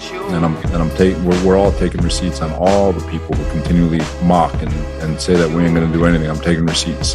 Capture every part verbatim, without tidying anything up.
And I'm and I'm taking we're, we're all taking receipts on all the people who continually mock and, and say that we ain't gonna do anything. I'm taking receipts.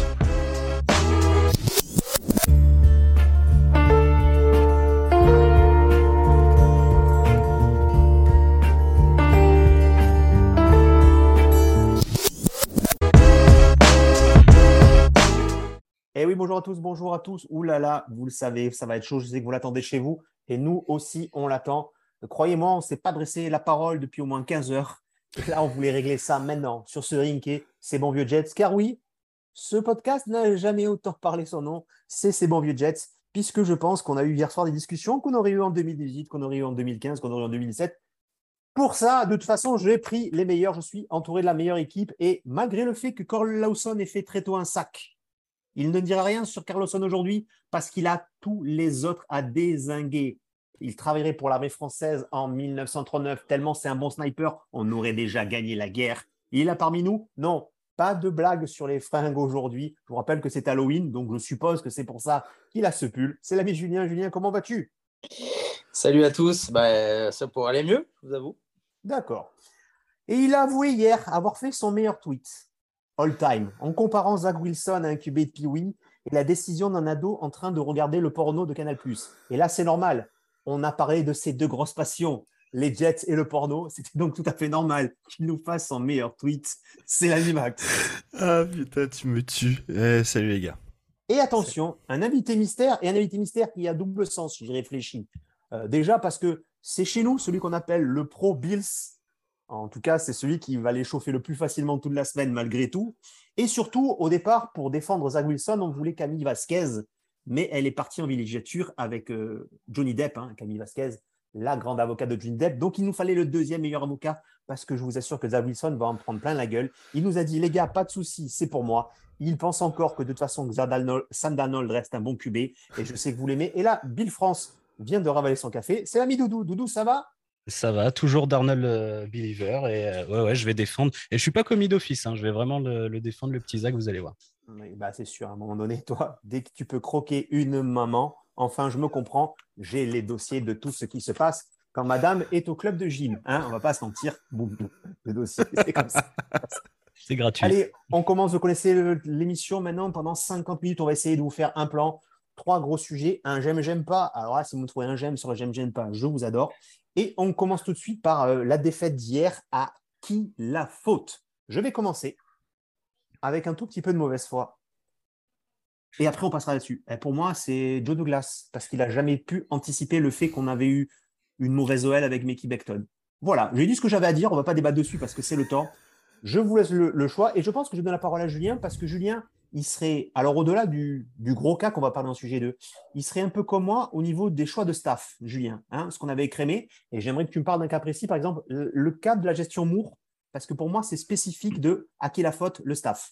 Et oui, bonjour à tous, bonjour à tous. Ouh là là, vous le savez, ça va être chaud. Je sais que vous l'attendez chez vous. Et nous aussi, on l'attend. Croyez-moi, on ne s'est pas dressé la parole depuis au moins quinze heures. Et là, on voulait régler ça maintenant, sur ce ring qui est C'est bon vieux Jets. Car oui, ce podcast n'a jamais autant parlé son nom. C'est C'est bon vieux Jets. Puisque je pense qu'on a eu hier soir des discussions qu'on aurait eu en deux mille dix-huit, qu'on aurait eu en deux mille quinze, qu'on aurait eu en deux mille dix-sept. Pour ça, de toute façon, j'ai pris les meilleurs. Je suis entouré de la meilleure équipe. Et malgré le fait que Carl Lawson ait fait très tôt un sac, il ne dira rien sur Carlosson aujourd'hui parce qu'il a tous les autres à dézinguer. Il travaillerait pour l'armée française en mille neuf cent trente-neuf, tellement c'est un bon sniper, on aurait déjà gagné la guerre. Il est là parmi nous? Non, pas de blague sur les fringues aujourd'hui. Je vous rappelle que c'est Halloween, donc je suppose que c'est pour ça qu'il a ce pull. C'est l'ami Julien. Julien, comment vas-tu? Salut à tous, bah, ça pourrait aller mieux, je vous avoue. D'accord. Et il a avoué hier avoir fait son meilleur tweet all-time, en comparant Zach Wilson à un Q B de Pee-wee et la décision d'un ado en train de regarder le porno de Canal plus. Et là, c'est normal. On a parlé de ces deux grosses passions, les Jets et le porno. C'était donc tout à fait normal qu'il nous fasse son meilleur tweet. C'est l'ami Max. Ah putain, tu me tues. Eh, salut les gars. Et attention, un invité mystère et un invité mystère qui a double sens, j'y réfléchis. Euh, déjà parce que c'est chez nous celui qu'on appelle le pro Bills. En tout cas, c'est celui qui va les chauffer le plus facilement toute la semaine malgré tout. Et surtout, au départ, pour défendre Zach Wilson, on voulait Camille Vasquez, mais elle est partie en villégiature avec euh, Johnny Depp, hein, Camille Vasquez, la grande avocate de Johnny Depp. Donc, il nous fallait le deuxième meilleur avocat parce que je vous assure que Zach Wilson va en prendre plein la gueule. Il nous a dit, les gars, pas de souci, c'est pour moi. Il pense encore que de toute façon, Sam Darnold reste un bon Q B et je sais que vous l'aimez. Et là, Bill France vient de ravaler son café. C'est l'ami Doudou. Doudou, ça va? Ça va, toujours Darnold euh, Believer et euh, ouais, ouais, je vais défendre. Et je suis pas commis d'office, hein, je vais vraiment le, le défendre, le petit Zach, vous allez voir. Oui, bah, c'est sûr, à un moment donné, toi, dès que tu peux croquer une maman, enfin, je me comprends, j'ai les dossiers de tout ce qui se passe quand madame est au club de gym. Hein, on va pas se mentir, boum, boum, le dossier, c'est comme ça. C'est gratuit. Allez, on commence, vous connaissez le- l'émission maintenant, pendant cinquante minutes, on va essayer de vous faire un plan, trois gros sujets, un j'aime, j'aime pas. Alors là, si vous me trouvez un j'aime sur le j'aime, j'aime pas, je vous adore. Et on commence tout de suite par euh, la défaite d'hier. À qui la faute? Je vais commencer avec un tout petit peu de mauvaise foi. Et après, on passera là-dessus. Et pour moi, c'est Joe Douglas, parce qu'il n'a jamais pu anticiper le fait qu'on avait eu une mauvaise O L avec Mickey Beckton. Voilà, j'ai dit ce que j'avais à dire, on ne va pas débattre dessus parce que c'est le temps. Je vous laisse le, le choix et je pense que je donne la parole à Julien parce que Julien, il serait, alors au-delà du, du gros cas qu'on va parler en sujet deux, il serait un peu comme moi au niveau des choix de staff, Julien, hein, ce qu'on avait écrémé. Et j'aimerais que tu me parles d'un cas précis, par exemple, le, le cas de la gestion Moore, parce que pour moi, c'est spécifique de à qui la faute, le staff.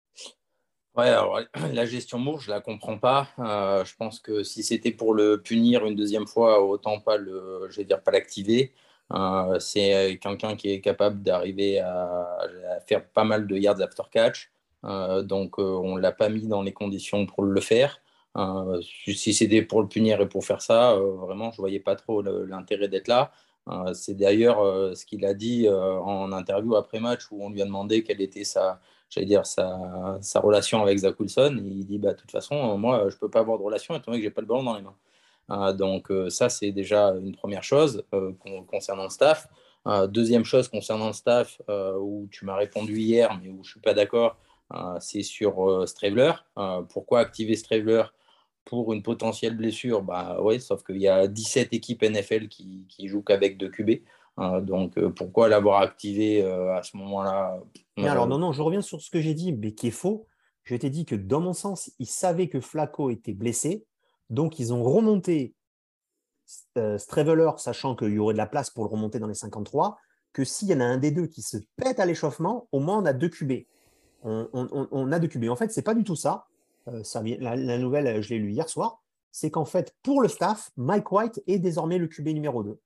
Ouais, alors la gestion Moore, je la comprends pas. Euh, je pense que si c'était pour le punir une deuxième fois, autant pas le, je vais dire pas l'activer. Euh, c'est quelqu'un qui est capable d'arriver à, à faire pas mal de yards after catch. Euh, donc euh, on l'a pas mis dans les conditions pour le faire. Euh, si c'était pour le punir et pour faire ça, euh, vraiment, je voyais pas trop le- l'intérêt d'être là. Euh, c'est d'ailleurs euh, ce qu'il a dit euh, en interview après match où on lui a demandé quelle était sa j'allais dire, sa, sa relation avec Zach Wilson. Il dit, bah, de toute façon, moi, je ne peux pas avoir de relation étant donné que je n'ai pas le ballon dans les mains. Euh, donc, euh, ça, c'est déjà une première chose euh, concernant le staff. Euh, deuxième chose concernant le staff, euh, où tu m'as répondu hier, mais où je ne suis pas d'accord, euh, c'est sur euh, Stravler. Euh, pourquoi activer Stravler pour une potentielle blessure? Bah, ouais, sauf qu'il y a dix-sept équipes N F L qui, qui jouent qu'avec deux Q B. Euh, donc, euh, pourquoi l'avoir activé euh, à ce moment-là? Mais alors, euh, non, non, je reviens sur ce que j'ai dit, mais qui est faux. Je t'ai dit que dans mon sens, ils savaient que Flacco était blessé, donc ils ont remonté euh, Straveler, sachant qu'il y aurait de la place pour le remonter dans les cinquante-trois, que s'il y en a un des deux qui se pète à l'échauffement, au moins on a deux Q B. On, on- on- on a deux Q B. En fait, c'est pas du tout ça. Euh, ça vient- la, la nouvelle, je l'ai lu hier soir. C'est qu'en fait, pour le staff, Mike White est désormais le Q B numéro deux.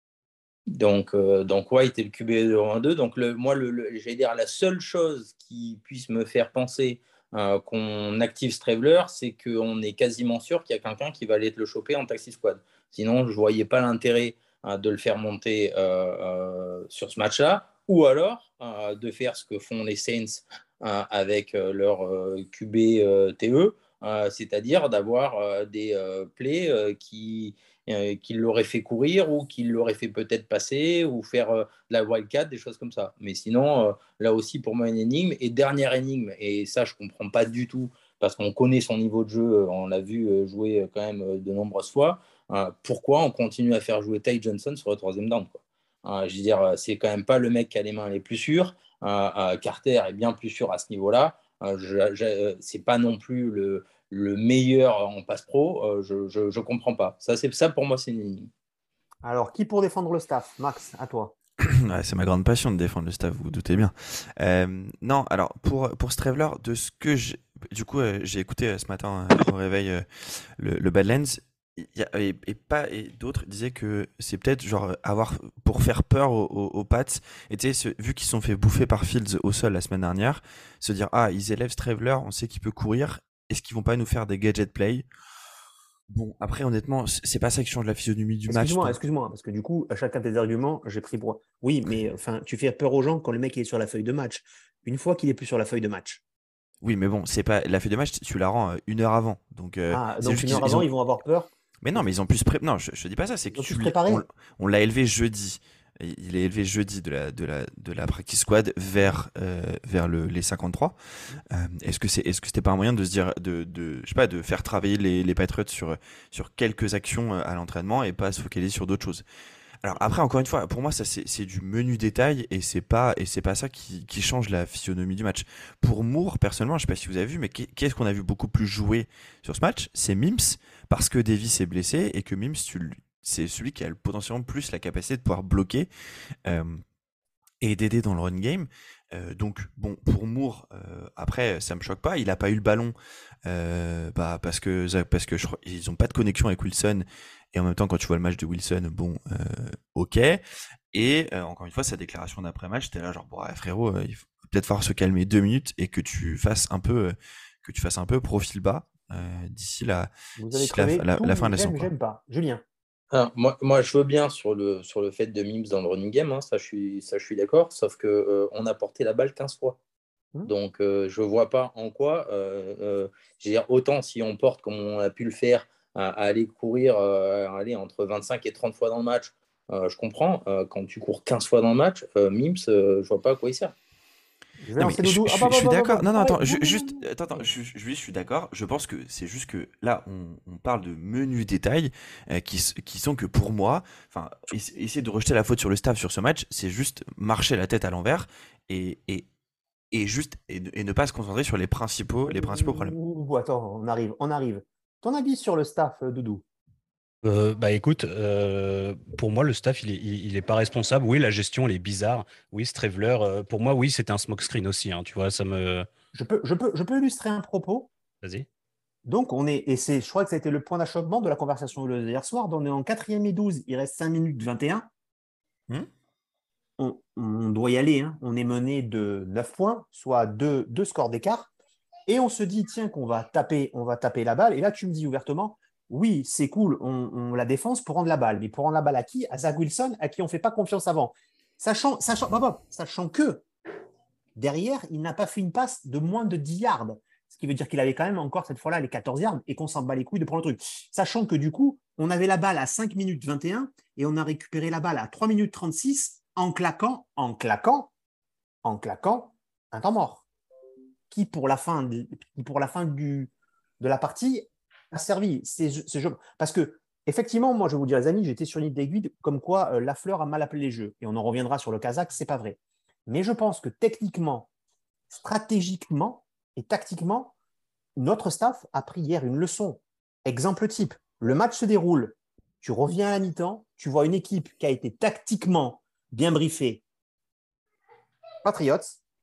Donc, euh, donc White est le Q B numéro un deux. Donc, le, moi, le, le- j'allais dire la seule chose qui puisse me faire penser euh, qu'on active Stravler, c'est qu'on est quasiment sûr qu'il y a quelqu'un qui va aller te le choper en taxi squad. Sinon, je ne voyais pas l'intérêt euh, de le faire monter euh, euh, sur ce match-là, ou alors euh, de faire ce que font les Saints euh, avec euh, leur euh, Q B euh, T E, euh, c'est-à-dire d'avoir euh, des euh, plays euh, qui, euh, qui l'auraient fait courir ou qui l'auraient fait peut-être passer ou faire euh, de la wildcat, des choses comme ça. Mais sinon, euh, là aussi, pour moi, une énigme. Et dernière énigme, et ça, je ne comprends pas du tout, parce qu'on connaît son niveau de jeu, on l'a vu jouer quand même de nombreuses fois, euh, pourquoi on continue à faire jouer Ty Johnson sur le troisième down, quoi. Euh, je veux dire, c'est quand même pas le mec qui a les mains les plus sûres. Euh, euh, Carter est bien plus sûr à ce niveau-là. Euh, je, je, c'est pas non plus le, le meilleur en passe pro. Euh, je, je, je comprends pas. Ça, c'est, ça, pour moi, c'est une énigme. Alors, qui pour défendre le staff? Max, à toi. Ouais, c'est ma grande passion de défendre le staff, vous vous doutez bien. Euh, non, alors pour pour Straveler, de ce que j'ai, du coup, euh, j'ai écouté euh, ce matin euh, au réveil euh, le, le Badlands. Y a, et, et pas et d'autres disaient que c'est peut-être genre avoir pour faire peur aux, aux, aux Pats. Et tu sais, vu qu'ils se sont fait bouffer par Fields au sol la semaine dernière, se dire ah ils élèvent Straveler, on sait qu'il peut courir. Est-ce qu'ils vont pas nous faire des gadget play? Bon, après, honnêtement, c'est pas ça qui change la physionomie du match. Excuse-moi, excuse-moi, parce que du coup, à chacun de tes arguments, j'ai pris pour. Oui, mais enfin, tu fais peur aux gens quand le mec est sur la feuille de match. Une fois qu'il est plus sur la feuille de match. Oui, mais bon, c'est pas la feuille de match, tu la rends une heure avant. Donc, euh, ah, donc une heure avant, ils, ont... ils vont avoir peur. Mais non, mais ils ont plus pré... Non, je, je dis pas ça, c'est que tu on, on l'a élevé jeudi. Il est élevé jeudi de la, de la, de la practice squad vers, euh, vers le, les cinquante-trois. Euh, est-ce que c'est, est-ce que c'était pas un moyen de se dire, de, de, je sais pas, de faire travailler les, les Patriots sur, sur quelques actions à l'entraînement et pas se focaliser sur d'autres choses? Alors après, encore une fois, pour moi, ça c'est, c'est du menu détail et c'est pas, et c'est pas ça qui, qui change la physionomie du match. Pour Moore, personnellement, je sais pas si vous avez vu, mais qu'est-ce qu'on a vu beaucoup plus jouer sur ce match? C'est Mims, parce que Davis est blessé et que Mims, tu lui c'est celui qui a potentiellement plus la capacité de pouvoir bloquer euh, et d'aider dans le run game. Euh, donc, bon, pour Moore, euh, après, ça me choque pas. Il a pas eu le ballon euh, bah, parce que parce que je, ils ont pas de connexion avec Wilson. Et en même temps, quand tu vois le match de Wilson, bon, euh, ok. Et euh, encore une fois, sa déclaration d'après-match, t'es là genre, bon, ouais, frérot, euh, il faut peut-être falloir se calmer deux minutes et que tu fasses un peu, euh, que tu fasses un peu profil bas euh, d'ici la, d'ici la, la, la fin de la saison. J'aime pas, Julien. Ah, moi, moi, je veux bien sur le, sur le fait de Mims dans le running game, hein, ça, je suis, ça je suis d'accord, sauf qu'on euh, a porté la balle quinze fois. Mmh. Donc, euh, je ne vois pas en quoi, euh, euh, je veux dire, autant si on porte comme on a pu le faire, à, à aller courir euh, à aller entre vingt-cinq et trente fois dans le match, euh, je comprends. Euh, quand tu cours quinze fois dans le match, euh, Mims, euh, je ne vois pas à quoi il sert. Je, non, je, je, ah, bah, je suis bah, d'accord. Bah, non, non, attends, je, juste, attends, attends, je, je, je suis d'accord. Je pense que c'est juste que là, on, on parle de menus détails euh, qui, qui sont que pour moi, enfin, essayer de rejeter la faute sur le staff sur ce match, c'est juste marcher la tête à l'envers et, et, et juste et, et ne pas se concentrer sur les principaux, les principaux problèmes. Ouh, attends, on arrive, on arrive. Ton avis sur le staff, Doudou? Euh, bah écoute, euh, pour moi le staff il est, il, il est pas responsable. Oui, la gestion elle est bizarre. Oui, Straveler, euh, pour moi oui c'était un smokescreen aussi. Hein, tu vois, ça me. Je peux, je peux, je peux illustrer un propos. Vas-y. Donc on est et c'est, je crois que ça a été le point d'achoppement de la conversation de hier soir. Donc on est en quatrième et douze, il reste cinq minutes vingt et un. Hmm? On, on doit y aller. Hein. On est mené de neuf points, soit deux, deux scores d'écart, et on se dit tiens qu'on va taper, on va taper la balle. Et là tu me dis ouvertement. Oui, c'est cool, on, on la défense pour rendre la balle. Mais pour rendre la balle à qui? À Zach Wilson, à qui on ne fait pas confiance avant. Sachant, sachant, sachant que derrière, il n'a pas fait une passe de moins de dix yards. Ce qui veut dire qu'il avait quand même encore cette fois-là les quatorze yards et qu'on s'en bat les couilles de prendre le truc. Sachant que du coup, on avait la balle à cinq minutes vingt et un et on a récupéré la balle à trois minutes trente-six en claquant, en claquant, en claquant un temps mort. Qui pour la fin, de, pour la fin du, de la partie a servi. C'est, c'est, parce que, effectivement, moi, je vais vous dire, les amis, j'étais sur l'île d'aiguille comme quoi euh, Lafleur a mal appelé les jeux. Et on en reviendra sur le Kazakh, c'est pas vrai. Mais je pense que techniquement, stratégiquement et tactiquement, notre staff a pris hier une leçon. Exemple type, le match se déroule, tu reviens à la mi-temps, tu vois une équipe qui a été tactiquement bien briefée, Patriots,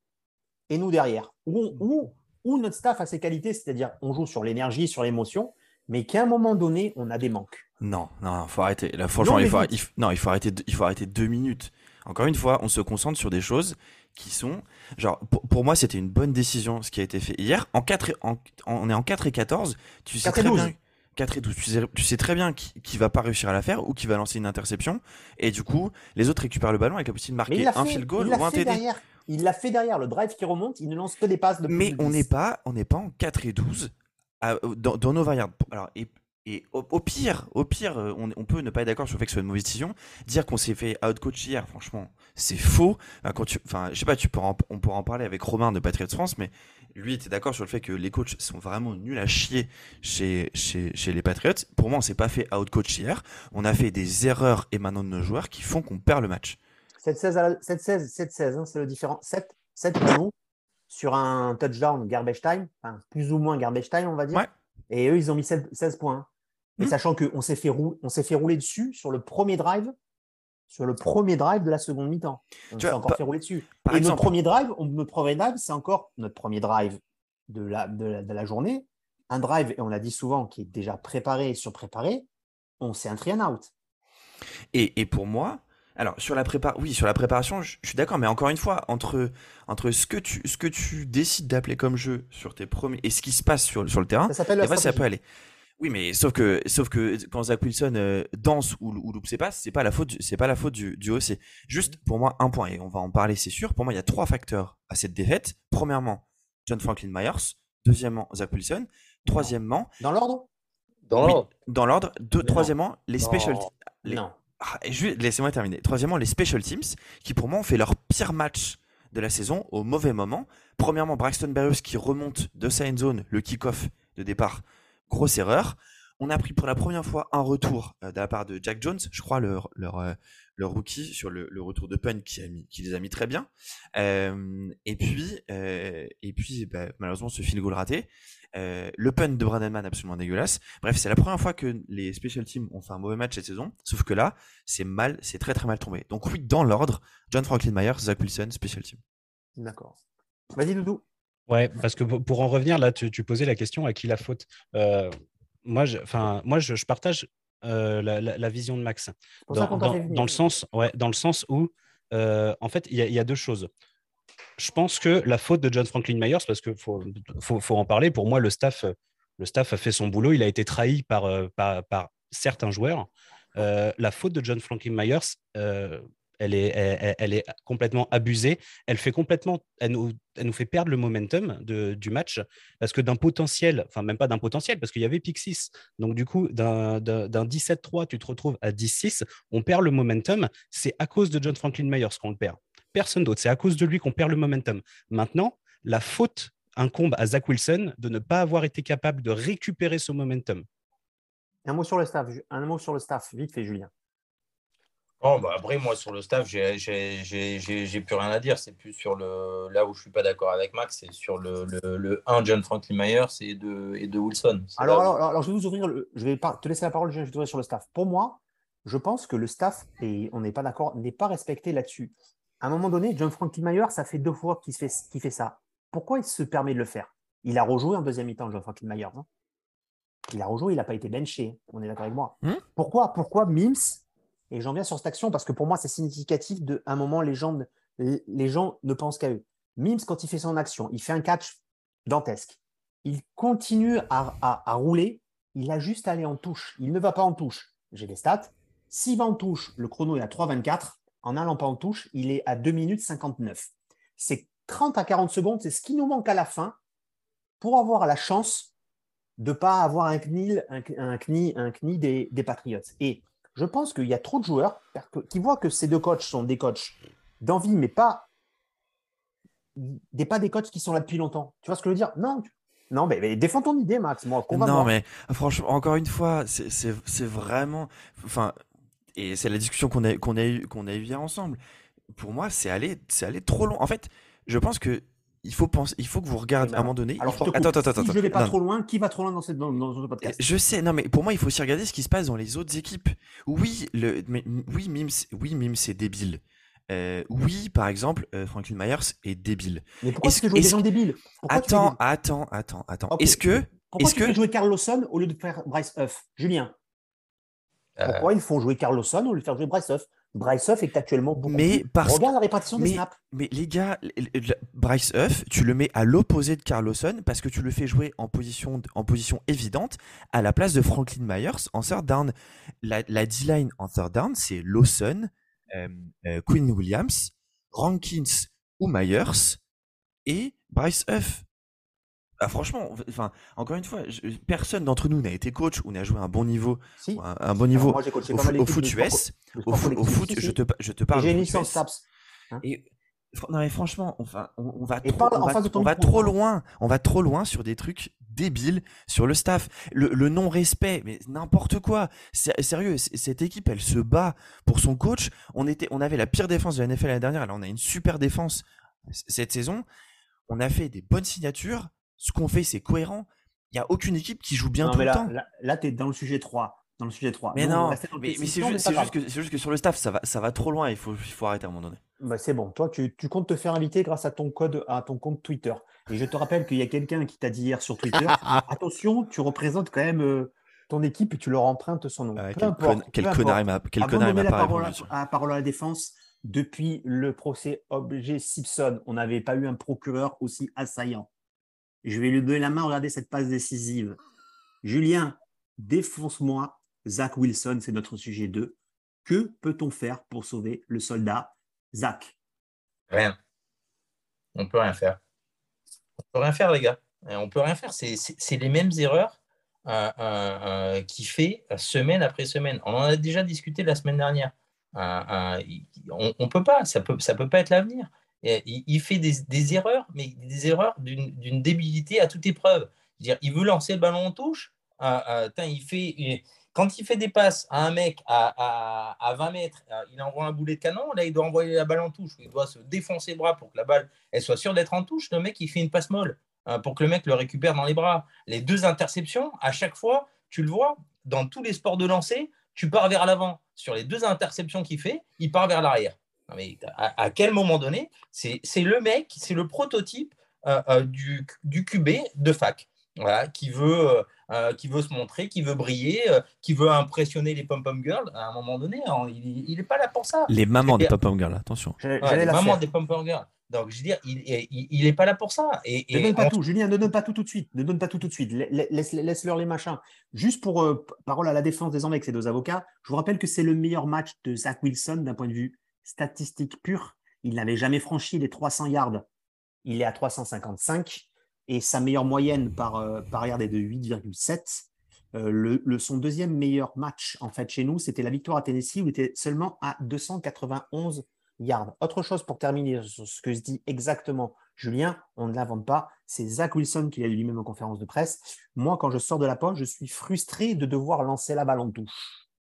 et nous derrière. Où, où, où notre staff a ses qualités, c'est-à-dire on joue sur l'énergie, sur l'émotion, mais qu'à un moment donné, on a des manques. Non, non, faut arrêter. Là, franchement, non, il faut, il, non, il faut arrêter. Il faut arrêter deux minutes. Encore une fois, on se concentre sur des choses qui sont, genre, pour, pour moi, c'était une bonne décision ce qui a été fait hier. En quatre, en, on est en quatre et quatorze. Tu sais très bien. quatre et douze, tu sais, tu sais très bien qui, qui va pas réussir à la faire ou qui va lancer une interception. Et du coup, les autres récupèrent le ballon avec la possibilité de Mais il marquer l'a un fait, field il goal l'a ou un fait T D. derrière. Il l'a fait derrière. Le drive qui remonte, il ne lance que des passes de plus Mais de on dix. n'est pas, on n'est pas en quatre et douze à- dans, dans nos variantes. Alors, et, et au, au pire, au pire, euh, on, on peut ne pas être d'accord sur le fait que ce soit une mauvaise décision. Dire qu'on s'est fait outcoach hier, franchement, c'est faux. Enfin, quand tu, enfin, je sais pas, tu pourras en- on pourra en parler avec Romain de Patriots France, mais lui était d'accord sur le fait que les coachs sont vraiment nuls à chier chez, chez, chez les Patriots. Pour moi, on s'est pas fait outcoach hier. On a fait des erreurs émanant de nos joueurs qui font qu'on perd le match. sept seize, à la- sept seize, sept seize, hein, c'est le différent. sept, sept pour nous sur un touchdown garbage time, enfin, plus ou moins garbage time, on va dire. Ouais. Et eux, ils ont mis seize, seize points. Et Hmm. sachant qu'on s'est fait, rou- on s'est fait rouler dessus sur le premier drive, sur le premier drive de la seconde mi-temps. On Tu s'est vois, encore par- fait rouler dessus. par Et exemple- notre premier drive, on- notre premier drive, c'est encore notre premier drive de la, de la, de la journée. Un drive, et on l'a dit souvent, qui est déjà préparé et surpréparé. On s'est un three and out. Et, et pour moi, alors sur la prépa, oui, sur la préparation, je, je suis d'accord, mais encore une fois, entre, entre ce que tu, ce que tu décides d'appeler comme jeu sur tes premiers et ce qui se passe sur, sur le terrain, Ça s'appelle des la fois ça stratégie. peut aller. Oui, mais sauf que, sauf que quand Zach Wilson euh, danse ou, ou loupe ses passes, c'est pas la faute, du- c'est pas la faute du, du O C. Juste pour moi un point et on va en parler, c'est sûr. Pour moi, il y a trois facteurs à cette défaite. Premièrement, John Franklin Myers. Deuxièmement, Zach Wilson. Troisièmement, Dans l'ordre Dans oui, l'ordre. dans l'ordre. Deux, Mais non. troisièmement, les special. Non. les- Non. Ah, ju- laissez-moi terminer. Troisièmement, les special teams, qui pour moi ont fait leur pire match de la saison au mauvais moment. Premièrement, Braxton Berrios qui remonte de sa end zone, le kick-off de départ, grosse erreur. On a pris pour la première fois un retour euh, de la part de Jack Jones, je crois, leur, leur, euh, leur rookie, sur le, le retour de punt qui, a mis, qui les a mis très bien. Euh, et puis, euh, et puis bah, malheureusement, ce field goal raté. Euh, le punt de Brandon Mann absolument dégueulasse. Bref, c'est la première fois que les special teams ont fait un mauvais match cette saison. Sauf que là, c'est mal, c'est très très mal tombé. Donc oui, dans l'ordre, John Franklin Myers, Zach Wilson, special team. D'accord. Vas-y, Doudou. Ouais, parce que pour pour en revenir, là, tu, tu posais la question à qui la faute. Euh, moi, je, enfin, moi, je, je partage euh, la, la- la vision de Max C'est pour ça dans, qu'on t'a dans- fait venir. dans le sens, ouais, dans le sens où, euh, en fait, il y, a- il y a deux choses. Je pense que la faute de John Franklin Myers, parce qu'il faut, faut, faut en parler, pour moi, le staff, le staff a fait son boulot, il a été trahi par, euh, par, par certains joueurs. Euh, la faute de John Franklin Myers, euh, elle, est, elle, elle est complètement abusée. Elle, fait complètement, elle, nous, elle nous fait perdre le momentum de, du match, parce que d'un potentiel, enfin même pas d'un potentiel, parce qu'il y avait pick six. Donc du coup, d'un, d'un, d'un dix-sept trois, tu te retrouves à dix six, on perd le momentum. C'est à cause de John Franklin Myers qu'on le perd. Personne d'autre. C'est à cause de lui qu'on perd le momentum. Maintenant, la faute incombe à Zach Wilson de ne pas avoir été capable de récupérer ce momentum. Un mot sur le staff. Un mot sur le staff. Vite fait, Julien. Oh, bah après, moi, sur le staff, j'ai, j'ai, j'ai, j'ai, j'ai plus rien à dire. C'est plus sur le. Là où je suis pas d'accord avec Max, c'est sur le, le, le un John Franklin Myers et de, et de Wilson. C'est Alors, là où- alors, alors, je vais vous ouvrir. Le, je vais pas te laisser la parole. Je vais t'ouvrir sur le staff. Pour moi, je pense que le staff, et on n'est pas d'accord, n'est pas respecté là-dessus. À un moment donné, John Franklin Myers, ça fait deux fois qu'il fait, qu'il fait ça. Pourquoi il se permet de le faire? Il a rejoué en deuxième mi-temps, John Franklin Myers. Hein. Il a rejoué, il n'a pas été benché. On est d'accord avec moi. Hmm Pourquoi, pourquoi Mims? Et j'en viens sur cette action parce que pour moi, c'est significatif de un moment, les gens, les, les gens ne pensent qu'à eux. Mims, quand il fait son action, il fait un catch dantesque. Il continue à, à, à rouler. Il a juste à aller en touche. Il ne va pas en touche. J'ai les stats. S'il va en touche, le chrono est à trois vingt-quatre. En n'allant pas en touche, il est à deux minutes cinquante-neuf. C'est trente à quarante secondes. C'est ce qui nous manque à la fin pour avoir la chance de ne pas avoir un knie, un, un knie, un knie des, des Patriots. Et je pense qu'il y a trop de joueurs qui voient que ces deux coachs sont des coachs d'envie, mais pas des, pas des coachs qui sont là depuis longtemps. Tu vois ce que je veux dire? Non, tu... non mais, mais défends ton idée, Max. Moi, non, mais franchement, encore une fois, c'est, c'est, c'est vraiment. Enfin, et c'est la discussion qu'on a, qu'on a eu, qu'on a eu hier ensemble. Pour moi, c'est allé, c'est allé trop long. En fait, je pense que. Il faut, penser, il faut que vous regardiez ben, à un moment donné. Alors, il faut... je te coupe. Attends, attends, attends. Si je ne vais pas non. trop loin, qui va trop loin dans ce dans, dans, dans podcast? Je sais, non, mais pour moi, il faut aussi regarder ce qui se passe dans les autres équipes. Oui, le, mais, oui, Mims, oui, Mims c'est débile. Euh, oui, par exemple, euh, Franklin Myers est débile. Mais pourquoi est-ce, tu fais jouer des est-ce... gens débiles? Pourquoi Attends, tu attends, attends, attends. Okay. Est-ce que. Pourquoi est-ce tu que... fais jouer Carl Lawson au lieu de faire Bryce Huff? Julien, Euh... pourquoi ils font jouer Carl Lawson au lieu de faire jouer Bryce Huff? Bryce Huff est actuellement beaucoup Mais plus. parce Regarde la répartition des mais, snaps. mais les gars, l- l- Bryce Huff, tu le mets à l'opposé de Carl Lawson parce que tu le fais jouer en position, en position évidente à la place de Franklin Myers en third down. La, la D-line en third down, c'est Lawson, euh, euh, Quinn Williams, Rankins ou Myers et Bryce Huff. Ah, franchement, enfin, encore une fois, je- personne d'entre nous n'a été coach ou n'a joué à un bon niveau, Si. ou un, un bon Alors, niveau moi, j'ai coaché au, pas fo- mal au d'équipes foot de sport, U S. de Au, sport fo- au collectif. foot, Si, je si. te, pa- je te Et parle j'ai de une foot licence U S. STAPS. Hein. Et fr- non mais franchement, on va, on, on va Et trop, parle on en va, face de ton on va micro. trop loin, on va trop loin sur des trucs débiles sur le staff, le, le non-respect, mais n'importe quoi. Sé- Sérieux, c- cette équipe, elle se bat pour son coach. On était, on avait la pire défense de la N F L l'année dernière, là on a une super défense c- cette saison. On a fait des bonnes signatures. Ce qu'on fait, c'est cohérent. Il y a aucune équipe qui joue bien Non, tout mais le là, temps. là, là tu es dans le sujet trois. Dans le sujet trois. Mais Nous, on veut non, rester dans le mais, mais c'est pessimiste, mais juste, pas c'est grave. juste que, c'est juste que sur le staff, ça va, ça va trop loin. Il faut, il faut arrêter à un moment donné. Bah, c'est bon. Toi, tu, tu comptes te faire inviter grâce à ton code, à ton compte Twitter. Et je te rappelle qu'il y a quelqu'un qui t'a dit hier sur Twitter, attention, tu représentes quand même euh, ton équipe et tu leur empruntes son nom. Ouais, Peu quel, importe, con- quel peu connard il importe. m'a, quel Avant de connard il donner m'a la pas parole répondu. à, à parole à la défense, depuis le procès O J Simpson, on n'avait pas eu un procureur aussi assaillant. Je vais lui donner la main, regardez cette passe décisive. Julien, défonce-moi. Zach Wilson, c'est notre sujet deux. Que peut-on faire pour sauver le soldat Zach? Rien. On peut rien faire. On peut rien faire, les gars. Euh, On peut rien faire. C'est, c'est, c'est les mêmes erreurs euh, euh, euh, qu'il fait euh, semaine après semaine. On en a déjà discuté la semaine dernière. Euh, euh, il- on, on peut pas. Ça peut, ça peut pas être l'avenir. Et il, il fait des, des erreurs, mais des erreurs d'une, d'une débilité à toute épreuve. Je veux dire, il veut lancer le ballon en touche. Euh, euh, tain, il fait, il- quand il fait des passes à un mec à, à, à vingt mètres, euh, il envoie un boulet de canon. Là, il doit envoyer la balle en touche. Il doit se défoncer les bras pour que la balle elle soit sûre d'être en touche. Le mec, il fait une passe molle euh, pour que le mec le récupère dans les bras. Les deux interceptions, à chaque fois, tu le vois, dans tous les sports de lancer, tu pars vers l'avant. Sur les deux interceptions qu'il fait, il part vers l'arrière. Non, mais à, à quel moment donné, c'est, c'est le mec, c'est le prototype euh, euh, du, du Q B de fac. Voilà, qui veut, euh, euh, qui veut se montrer, qui veut briller, euh, qui veut impressionner les pom-pom girls. À un moment donné, hein, il n'est pas là pour ça. Les mamans des C'est-à-dire- pop-up girls, attention. J'allais Ouais, j'allais les la mamans faire. des pom-pom girls. Donc, je veux dire, il n'est pas là pour ça. Et, Ne et donne pas on- tout, Julien, ne donne pas tout tout de suite. Ne donne pas tout tout de suite. La- la- Laisse, laisse-leur les machins. Juste pour euh, p- parole à la défense désormais avec ces deux avocats, je vous rappelle que c'est le meilleur match de Zach Wilson d'un point de vue statistique pur. Il n'avait jamais franchi les trois cents yards. Il est à trois cent cinquante-cinq et sa meilleure moyenne par, euh, par yard est de huit virgule sept. Euh, le, le- son deuxième meilleur match en fait chez nous, c'était la victoire à Tennessee où il était seulement à deux cent quatre-vingt-onze yards. Autre chose pour terminer sur ce que se dit exactement Julien, on ne l'invente pas, c'est Zach Wilson qui l'a dit lui-même en conférence de presse. Moi, quand je sors de la poche, je suis frustré de devoir lancer la balle en touche.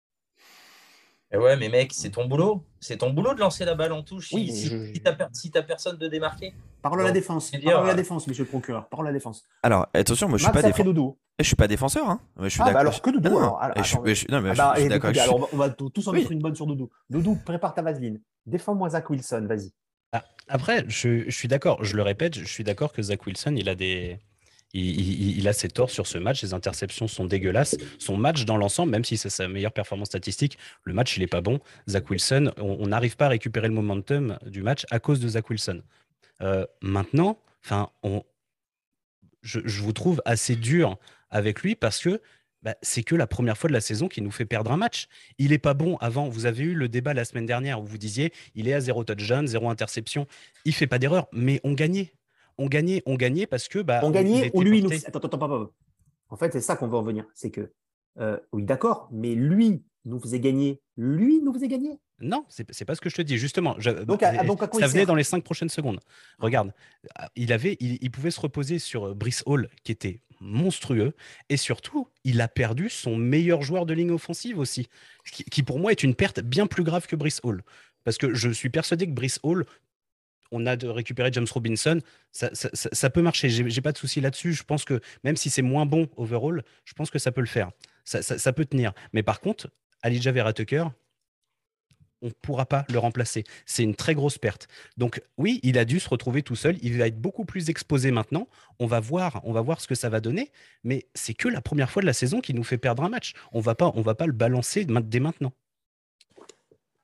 Eh ouais, mais mec, c'est ton boulot. C'est ton boulot de lancer la balle en touche si, Oui, mais si, je- si t'as per- si t'as personne de démarquer. Parole à la Donc, défense, je veux dire, parole à la euh, défense, monsieur le procureur, parole à la défense. Alors, attention, moi je suis Max pas après défenseur. Doudou. Je suis pas défenseur, hein. Je suis Ah, bah d'accord- alors que Doudou. Non, non. alors, alors, Et je suis- attends, je suis- non, mais Ah je bah, suis- je suis eh, d'accord. écoutez, je suis- alors, on va, on va tous tous en Oui. mettre une bonne sur Doudou. Doudou, prépare ta vaseline. Défends-moi Zach Wilson, vas-y. Ah, Après, je, je suis d'accord, je le répète, je suis d'accord que Zach Wilson, il a des. Il, il- il a ses torts sur ce match, ses interceptions sont dégueulasses. Son match dans l'ensemble, même si c'est sa meilleure performance statistique, le match, il n'est pas bon. Zach Wilson, on on n'arrive pas à récupérer le momentum du match à cause de Zach Wilson. Euh, maintenant, enfin, on, je, je vous trouve assez dur avec lui parce que bah, c'est que la première fois de la saison qu'il nous fait perdre un match. Il n'est pas bon avant. Vous avez eu le débat la semaine dernière où vous disiez il est à zéro touchdown, zéro interception. Il fait pas d'erreur, mais on gagnait. On gagnait, on gagnait parce que bah, On il gagnait était ou lui, il nous... porté- Attends, attends, attends, attends. En fait, c'est ça qu'on veut en venir. C'est que, euh, oui, d'accord, mais lui nous faisait gagner. Lui nous faisait gagner. Non, c'est c'est pas ce que je te dis. Justement, je- Donc, bah, à- donc, à quoi ça il venait sert dans les cinq prochaines secondes. Regarde, il, avait, il, il pouvait se reposer sur euh, Brice Hall, qui était monstrueux. Et surtout, il a perdu son meilleur joueur de ligne offensive aussi, qui, qui pour moi est une perte bien plus grave que Brice Hall. Parce que je suis persuadé que Brice Hall, on a de récupérer James Robinson, ça, ça- ça- ça peut marcher. J'ai j'ai pas de souci là-dessus. Je pense que même si c'est moins bon overall, je pense que ça peut le faire. Ça, ça- ça peut tenir. Mais par contre, Elijah Vera Tucker, on ne pourra pas le remplacer. C'est une très grosse perte. Donc oui, il a dû se retrouver tout seul. Il va être beaucoup plus exposé maintenant. On va voir, on va voir ce que ça va donner. Mais c'est que la première fois de la saison qui nous fait perdre un match. On va pas, on va pas le balancer ma- dès maintenant.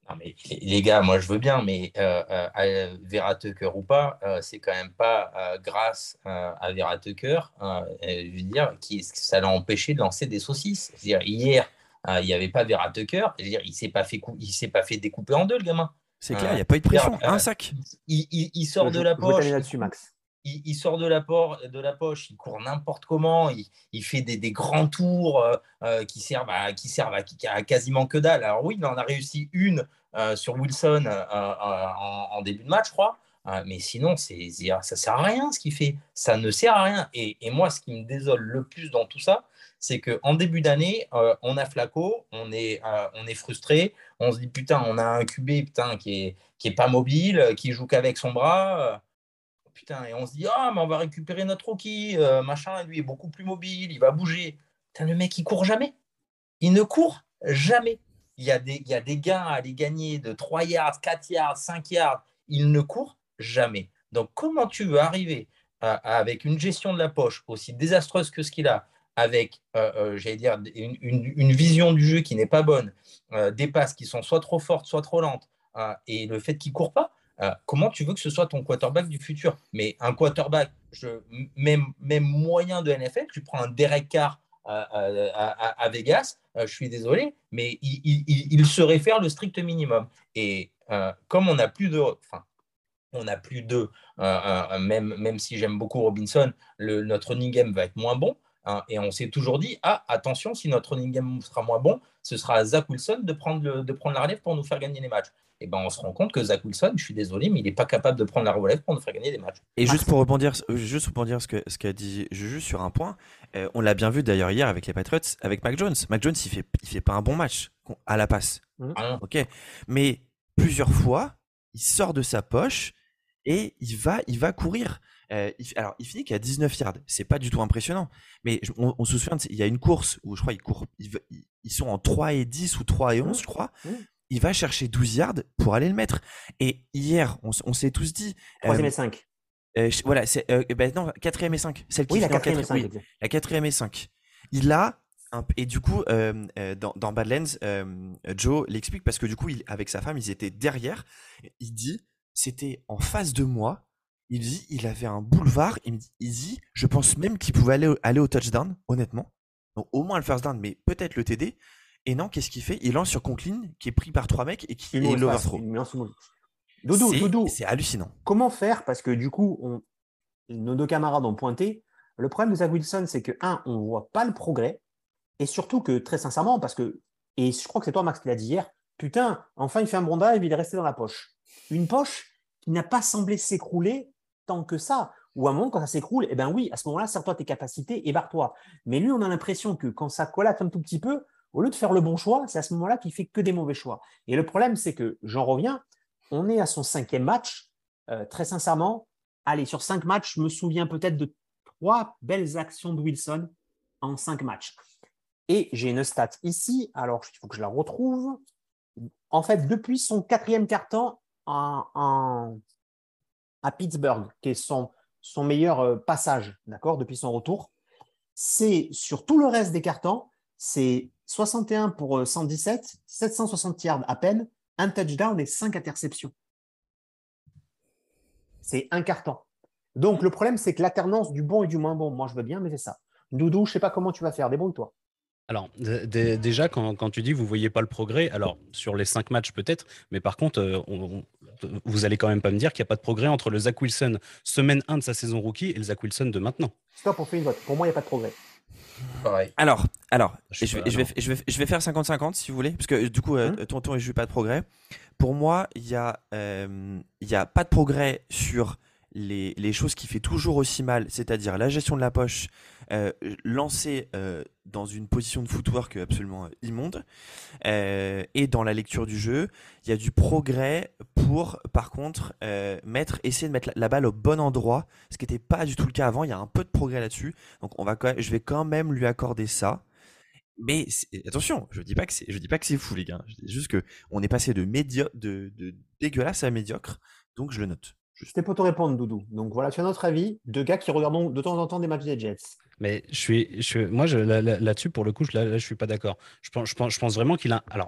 Non, mais les, les gars, moi je veux bien, mais euh, euh, Vera Tucker ou pas, euh, c'est quand même pas euh, grâce euh, à Vera Tucker, euh, je veux dire, qui, ça l'a empêché de lancer des saucisses. Je veux dire, hier, euh, il n'y avait pas Vera Tucker, je veux dire, il s'est pas fait cou- il s'est pas fait découper en deux, le gamin. C'est clair, il Euh, n'y a pas eu de je veux dire, pression. Un euh, sac. il, il- il Je, sort je, de la je veux t'amener poche, là-dessus, Max. il, il sort de la, por- de la poche, il court n'importe comment, il, il fait des, des grands tours euh, euh, qui servent, à, qui servent à, à quasiment que dalle. Alors oui, il en a réussi une euh, sur Wilson euh, euh, en, en début de match, je crois. Euh, mais sinon, c'est, ça sert à rien ce qu'il fait. Ça ne sert à rien. Et, et moi, ce qui me désole le plus dans tout ça, c'est qu'en début d'année, euh, on a Flacco, on est, euh, on est frustré, on se dit putain, on a un Q B putain, qui est, qui est pas mobile, qui joue qu'avec son bras. Euh, Putain, et on se dit, ah, mais on va récupérer notre rookie, euh, machin, lui est beaucoup plus mobile, il va bouger. Putain, le mec, il court jamais. Il ne court jamais. Il y a des, il y a des gains à aller gagner de trois yards, quatre yards, cinq yards. Il ne court jamais. Donc, comment tu veux arriver à- à- avec une gestion de la poche aussi désastreuse que ce qu'il a, avec, euh, euh, j'allais dire, une, une- une vision du jeu qui n'est pas bonne, euh, des passes qui sont soit trop fortes, soit trop lentes, euh, et le fait qu'il ne court pas, euh, comment tu veux que ce soit ton quarterback du futur? Mais un quarterback, je, même, même moyen de N F L, tu prends un Derek Carr à, à- à- à Vegas, euh, je suis désolé, mais il, il, il, il saurait faire le strict minimum. Et euh, comme on n'a plus de... Enfin, on n'a plus de... euh, euh, même, même si j'aime beaucoup Robinson, le, notre running game va être moins bon. Hein, et on s'est toujours dit, ah, attention, si notre running game sera moins bon, ce sera à Zach Wilson de prendre, le, de prendre la relève pour nous faire gagner les matchs. Et ben, on se rend compte que Zach Wilson, je suis désolé, mais il n'est pas capable de prendre la relève pour nous faire gagner des matchs. Et juste Max. pour rebondir, euh, juste pour rebondir ce que ce qu'a dit Juju sur un point, euh, on l'a bien vu d'ailleurs hier avec les Patriots, avec Mac Jones. Mac Jones, il fait il fait pas un bon match à la passe, Ah non. ok. Mais plusieurs fois, il sort de sa poche et il va il va courir. Euh, il, alors il finit qu'à dix-neuf yards, c'est pas du tout impressionnant. Mais je- on, on se souvient, de- il y a une course où je crois ils courent, ils, va- ils- ils sont en trois et dix ou trois et onze, je crois. Mmh. Il va chercher douze yards pour aller le mettre. Et hier, on, s- on s'est tous dit. Troisième euh, et cinq. euh, je- voilà, c'est euh, ben non, quatrième et cinq. Celle qui Oui, la finit en quatrième et quatrième- cinq. oui, exact. la quatrième et cinq. Il a un p- et du coup euh, euh, dans, dans Badlands, euh, Joe l'explique parce que du coup, il, avec sa femme, ils étaient derrière. Il dit, c'était en face de moi. Il dit, il avait un boulevard. Il, me dit, il dit, je pense même qu'il pouvait aller, au- aller au touchdown, honnêtement. Donc au moins le first down, mais peut-être le T D. Et non, qu'est-ce qu'il fait? Il lance sur Conklin, qui est pris par trois mecs et qui Une est mauvaise passe, l'overthrow. une lance mauvaise. Doudou, C'est- Doudou, C'est hallucinant. comment faire? Parce que du coup, on- nos deux camarades ont pointé. Le problème de Zach Wilson, c'est que, un, on ne voit pas le progrès. Et surtout que, très sincèrement, parce que, et je crois que c'est toi, Max, qui l'a dit hier, putain, enfin, il fait un bon dive, il est resté dans la poche. Une poche qui n'a pas semblé s'écrouler tant que ça. Ou à un moment, quand ça s'écroule, eh ben oui, à ce moment-là, sers-toi tes capacités et barre-toi. Mais lui, on a l'impression que quand ça collate un tout petit peu, au lieu de faire le bon choix, c'est à ce moment-là qu'il fait que des mauvais choix. Et le problème, c'est que, j'en reviens, on est à son cinquième match. Euh, très sincèrement, allez, sur cinq matchs, je me souviens peut-être de trois belles actions de Wilson en cinq matchs. Et j'ai une stat ici, alors il faut que je la retrouve. En fait, depuis son quatrième quart-temps en, en- à Pittsburgh, qui est son, son meilleur euh, passage, d'accord, depuis son retour, c'est sur tout le reste des quart-temps, c'est soixante et un pour euh, cent dix-sept, sept cent soixante yards à peine, un touchdown et cinq interceptions. C'est un quart-temps. Donc, le problème, c'est que l'alternance du bon et du moins bon, moi, je veux bien, mais c'est ça. Doudou, je ne sais pas comment tu vas faire, débrouille-toi. Alors, d- d- déjà, quand, quand tu dis que vous ne voyez pas le progrès, alors sur les cinq matchs peut-être, mais par contre, euh, on- on- vous allez quand même pas me dire qu'il n'y a pas de progrès entre le Zach Wilson semaine un de sa saison rookie et le Zach Wilson de maintenant. Stop, on fait une vote. Pour moi, il n'y a pas de progrès. Pareil. Alors, alors, Je je, sais vais, pas, je, vais, non. je, vais, je vais faire cinquante cinquante si vous voulez, parce que du coup, euh, Hum. Tonton et je pas de progrès. Pour moi, il n'y a, euh, il y a pas de progrès sur les, les choses qui fait toujours aussi mal, c'est-à-dire la gestion de la poche, euh, lancer euh, dans une position de footwork absolument immonde, euh, et dans la lecture du jeu, il y a du progrès pour, par contre, euh, mettre, essayer de mettre la, la balle au bon endroit, ce qui n'était pas du tout le cas avant. Il y a un peu de progrès là-dessus, donc on va quand même, je vais quand même lui accorder ça. Mais c'est- attention, je dis pas que c'est, je dis pas que c'est fou les gars. Je dis juste que on est passé de médio, de, de dégueulasse à médiocre, donc je le note. Juste. C'était pour te répondre, Doudou. Donc voilà, tu as notre avis de gars qui regardent de temps en temps des matchs des Jets. Mais je suis, je, moi, je, là- là- là-dessus, pour le coup, je, là, là, je suis pas d'accord. Je pense, je pense, je pense vraiment qu'il a. Alors,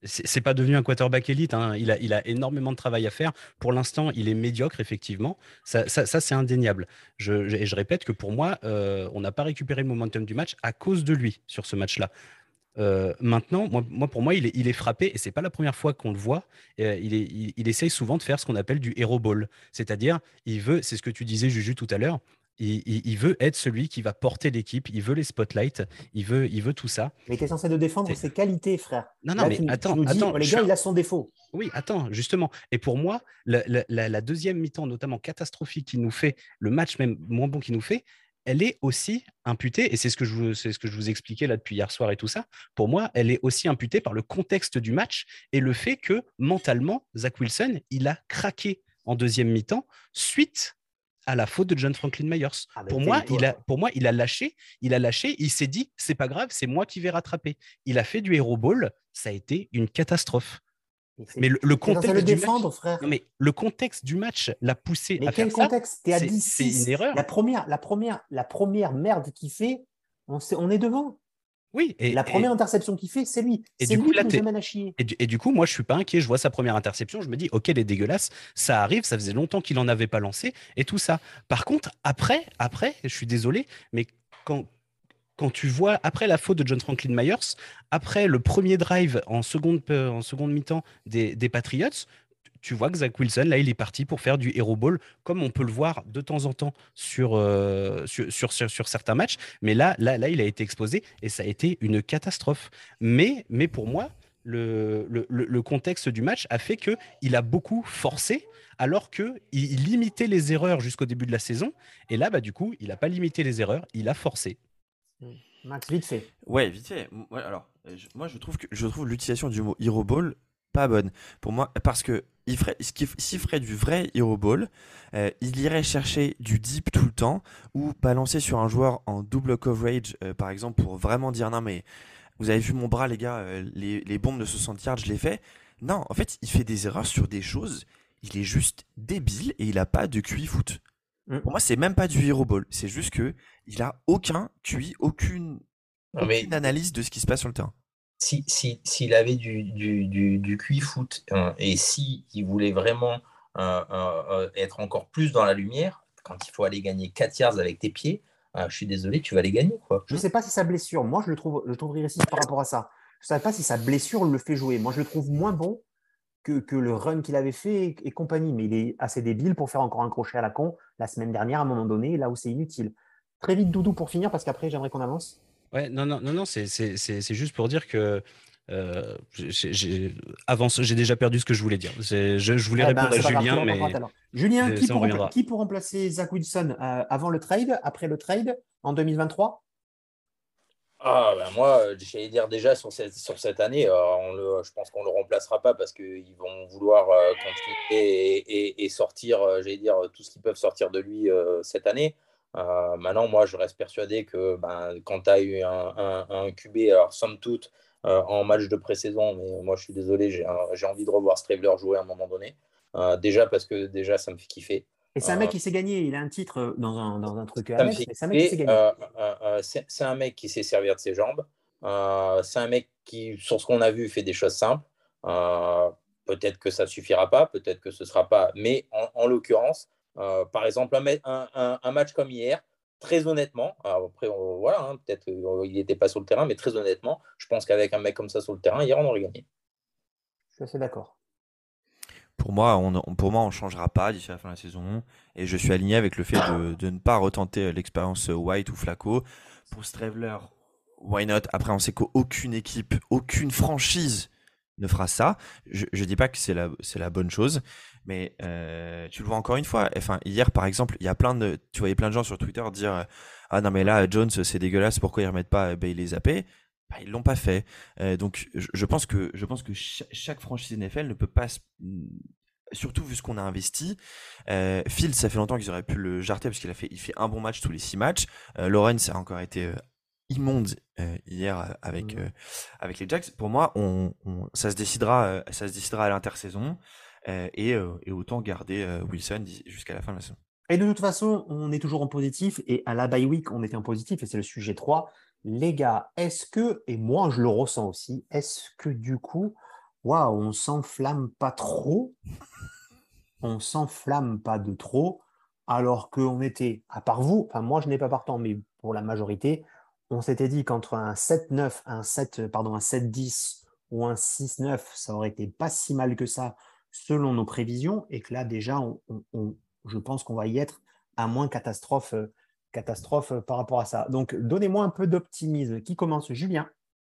C'est c'est pas devenu un quarterback élite, hein. Il a, il a énormément de travail à faire. Pour l'instant, il est médiocre, effectivement. Ça, ça, ça, c'est indéniable. Je, je- et je répète que pour moi, euh, on n'a pas récupéré le momentum du match à cause de lui sur ce match-là. Euh, maintenant, moi, moi, pour moi, il est, il est frappé, et c'est pas la première fois qu'on le voit. Euh, il, est, il, il essaye souvent de faire ce qu'on appelle du hero ball, c'est-à-dire, il veut, c'est ce que tu disais, Juju, tout à l'heure. Il, il- il veut être celui qui va porter l'équipe. Il veut les spotlights. Il veut, il veut tout ça. Mais tu es censé de défendre C'est- ses qualités, frère. Non, non, Là, mais tu, tu attends, nous dis, attends. oh, les Je suis gars, il a son défaut. Oui, attends, justement. Et pour moi, la, la- la- la deuxième mi-temps, notamment catastrophique qui nous fait, le match même moins bon qui nous fait, elle est aussi imputée, et c'est ce que je vous, c'est ce que je vous expliquais là depuis hier soir et tout ça, pour moi, elle est aussi imputée par le contexte du match et le fait que mentalement, Zach Wilson, il a craqué en deuxième mi-temps suite à la faute de John Franklin Myers. Ah, mais Pour t'es- moi, toi- il a, pour moi, il a lâché, il a lâché, il s'est dit, c'est pas grave, c'est moi qui vais rattraper. Il a fait du hero ball, ça a été une catastrophe. mais c'est- Mais le, le t'es censé le contexte du match, défendre, frère. non mais le contexte du match l'a poussé Mais à quel faire ça. contexte? T'es à C'est dix c'est une six. erreur. La première, la première, la première merde qu'il fait, on, sait- on est devant. Oui, et, La première et, interception qu'il fait, c'est lui. et C'est du coup lui qui là, nous t'es- amène à chier. et, du, et du coup, moi, je suis pas inquiet. Je vois sa première interception, je me dis, ok, elle est dégueulasse. Ça arrive, ça faisait longtemps qu'il en avait pas lancé et tout ça. Par contre, après, après, je suis désolé, mais quand quand tu vois, après la faute de John Franklin Myers, après le premier drive en seconde, euh, en seconde mi-temps des, des Patriots, tu vois que Zach Wilson, là, il est parti pour faire du hero ball, comme on peut le voir de temps en temps sur, euh, sur, sur, sur, sur certains matchs. Mais là, là, là, il a été exposé et ça a été une catastrophe. Mais, mais pour moi, le, le, le- le contexte du match a fait qu'il a beaucoup forcé, alors qu'il il limitait les erreurs jusqu'au début de la saison. Et là, bah, du coup, il n'a pas limité les erreurs, il a forcé. Max, vite fait. Ouais, vite fait. M- ouais, alors, euh, je- moi, je trouve que je trouve l'utilisation du mot hero ball pas bonne pour moi parce que il ferait, ce qui- s'il ferait du vrai hero ball, euh, il irait chercher du deep tout le temps ou balancer sur un joueur en double coverage, euh, par exemple, pour vraiment dire non mais vous avez vu mon bras les gars, euh, les, les bombes de soixante yards, je les fais. Non, en fait, il fait des erreurs sur des choses. Il est juste débile et il a pas de Q I foot. Mm. Pour moi, c'est même pas du hero ball. C'est juste que il a aucun Q I, aucune Non, mais aucune analyse de ce qui se passe sur le terrain. si, si, s'il avait du, du, du, du Q I foot hein, et si il voulait vraiment euh, euh, euh, être encore plus dans la lumière, quand il faut aller gagner quatre yards avec tes pieds, euh, je suis désolé, tu vas les gagner. Quoi. Je ne sais pas si sa blessure, moi, je le trouve, je le trouve régressif par rapport à ça. Je ne sais pas si sa blessure le fait jouer. Moi, je le trouve moins bon que, que le run qu'il avait fait et, et compagnie. Mais il est assez débile pour faire encore un crochet à la con la semaine dernière, à un moment donné, là où c'est inutile. Très vite, Doudou, pour finir, parce qu'après, j'aimerais qu'on avance. Ouais, non, non, non, non, c'est c'est- c'est- c'est juste pour dire que euh, j'ai j'ai- avance, j'ai déjà perdu ce que je voulais dire. C'est- Je, je voulais Eh ben, répondre à c'est pas grave, tu Julien, le reprendras mais tout à l'heure. Julien, c'est- qui ça, on pour, rempla- reviendra. qui pour remplacer Zach Wilson euh, avant le trade, après le trade, en deux mille vingt-trois? Ah, ben moi, euh, j'allais dire déjà sur cette, sur cette année, euh, on le, je pense qu'on ne le remplacera pas parce qu'ils vont vouloir euh, continuer et, et- et sortir, euh, j'allais dire, tout ce qu'ils peuvent sortir de lui euh, cette année. Euh, maintenant, moi, je reste persuadé que ben, quand tu as eu un, un, un Q B, alors somme toute, euh, en match de pré-saison, mais moi, je suis désolé, j'ai un- j'ai envie de revoir Stravler jouer à un moment donné. Euh, déjà parce que déjà, ça me fait kiffer. Et c'est un Euh, mec qui s'est gagné. Il a un titre euh, dans un, dans un truc ça me annexe, fait mais c'est un mec qui s'est kiffer. gagné. Euh, euh, euh, c'est c'est un mec qui sait servir de ses jambes. Euh, c'est un mec qui, sur ce qu'on a vu, fait des choses simples. Euh, peut-être que ça ne suffira pas, peut-être que ce ne sera pas. Mais en, en l'occurrence, euh, par exemple, un, un, un, un match comme hier, très honnêtement, alors après, on, voilà, hein, peut-être qu'il n'était pas sur le terrain, mais très honnêtement, je pense qu'avec un mec comme ça sur le terrain, hier, on aurait gagné. Je suis assez d'accord. Pour moi, on pour moi, on changera pas d'ici la fin de la saison. Et je suis aligné avec le fait de, de ne pas retenter l'expérience White ou Flacco. Pour Stravler, why not? Après, on sait qu'aucune équipe, aucune franchise ne fera ça. Je, je dis pas que c'est la, c'est la bonne chose, mais euh, tu le vois encore une fois. Enfin, hier, par exemple, il y a plein de, tu voyais plein de gens sur Twitter dire ah non mais là Jones c'est dégueulasse, pourquoi ils remettent pas Bailey Zappé? Bah, ils l'ont pas fait. Euh, donc je, je pense que je pense que cha- chaque franchise N F L ne peut pas, se- surtout vu ce qu'on a investi. Euh, Fields, ça fait longtemps qu'ils auraient pu le jarter parce qu'il a fait, il fait un bon match tous les six matchs. Euh, Lawrence a encore été euh, immonde euh, hier euh, avec Mhm. euh, avec les Jacks. Pour moi, on, on- ça se décidera, euh, ça se décidera à l'intersaison euh, et, euh, et autant garder euh, Wilson d'ici- jusqu'à la fin de la saison. Et de toute façon, on est toujours en positif. Et à la bye week, on était en positif. Et c'est le sujet trois. Les gars, est-ce que, et moi je le ressens aussi, est-ce que du coup, waouh, on s'enflamme pas trop, on s'enflamme pas de trop, alors qu'on était, à part vous, enfin moi je n'ai pas partant, mais pour la majorité, on s'était dit qu'entre un sept neuf, un sept, pardon, un sept dix ou un six neuf, ça aurait été pas si mal que ça selon nos prévisions, et que là déjà, on, on- on- je pense qu'on va y être à moins catastrophe, euh, catastrophe euh, par rapport à ça. Donc donnez-moi un peu d'optimisme. Qui commence? Julien?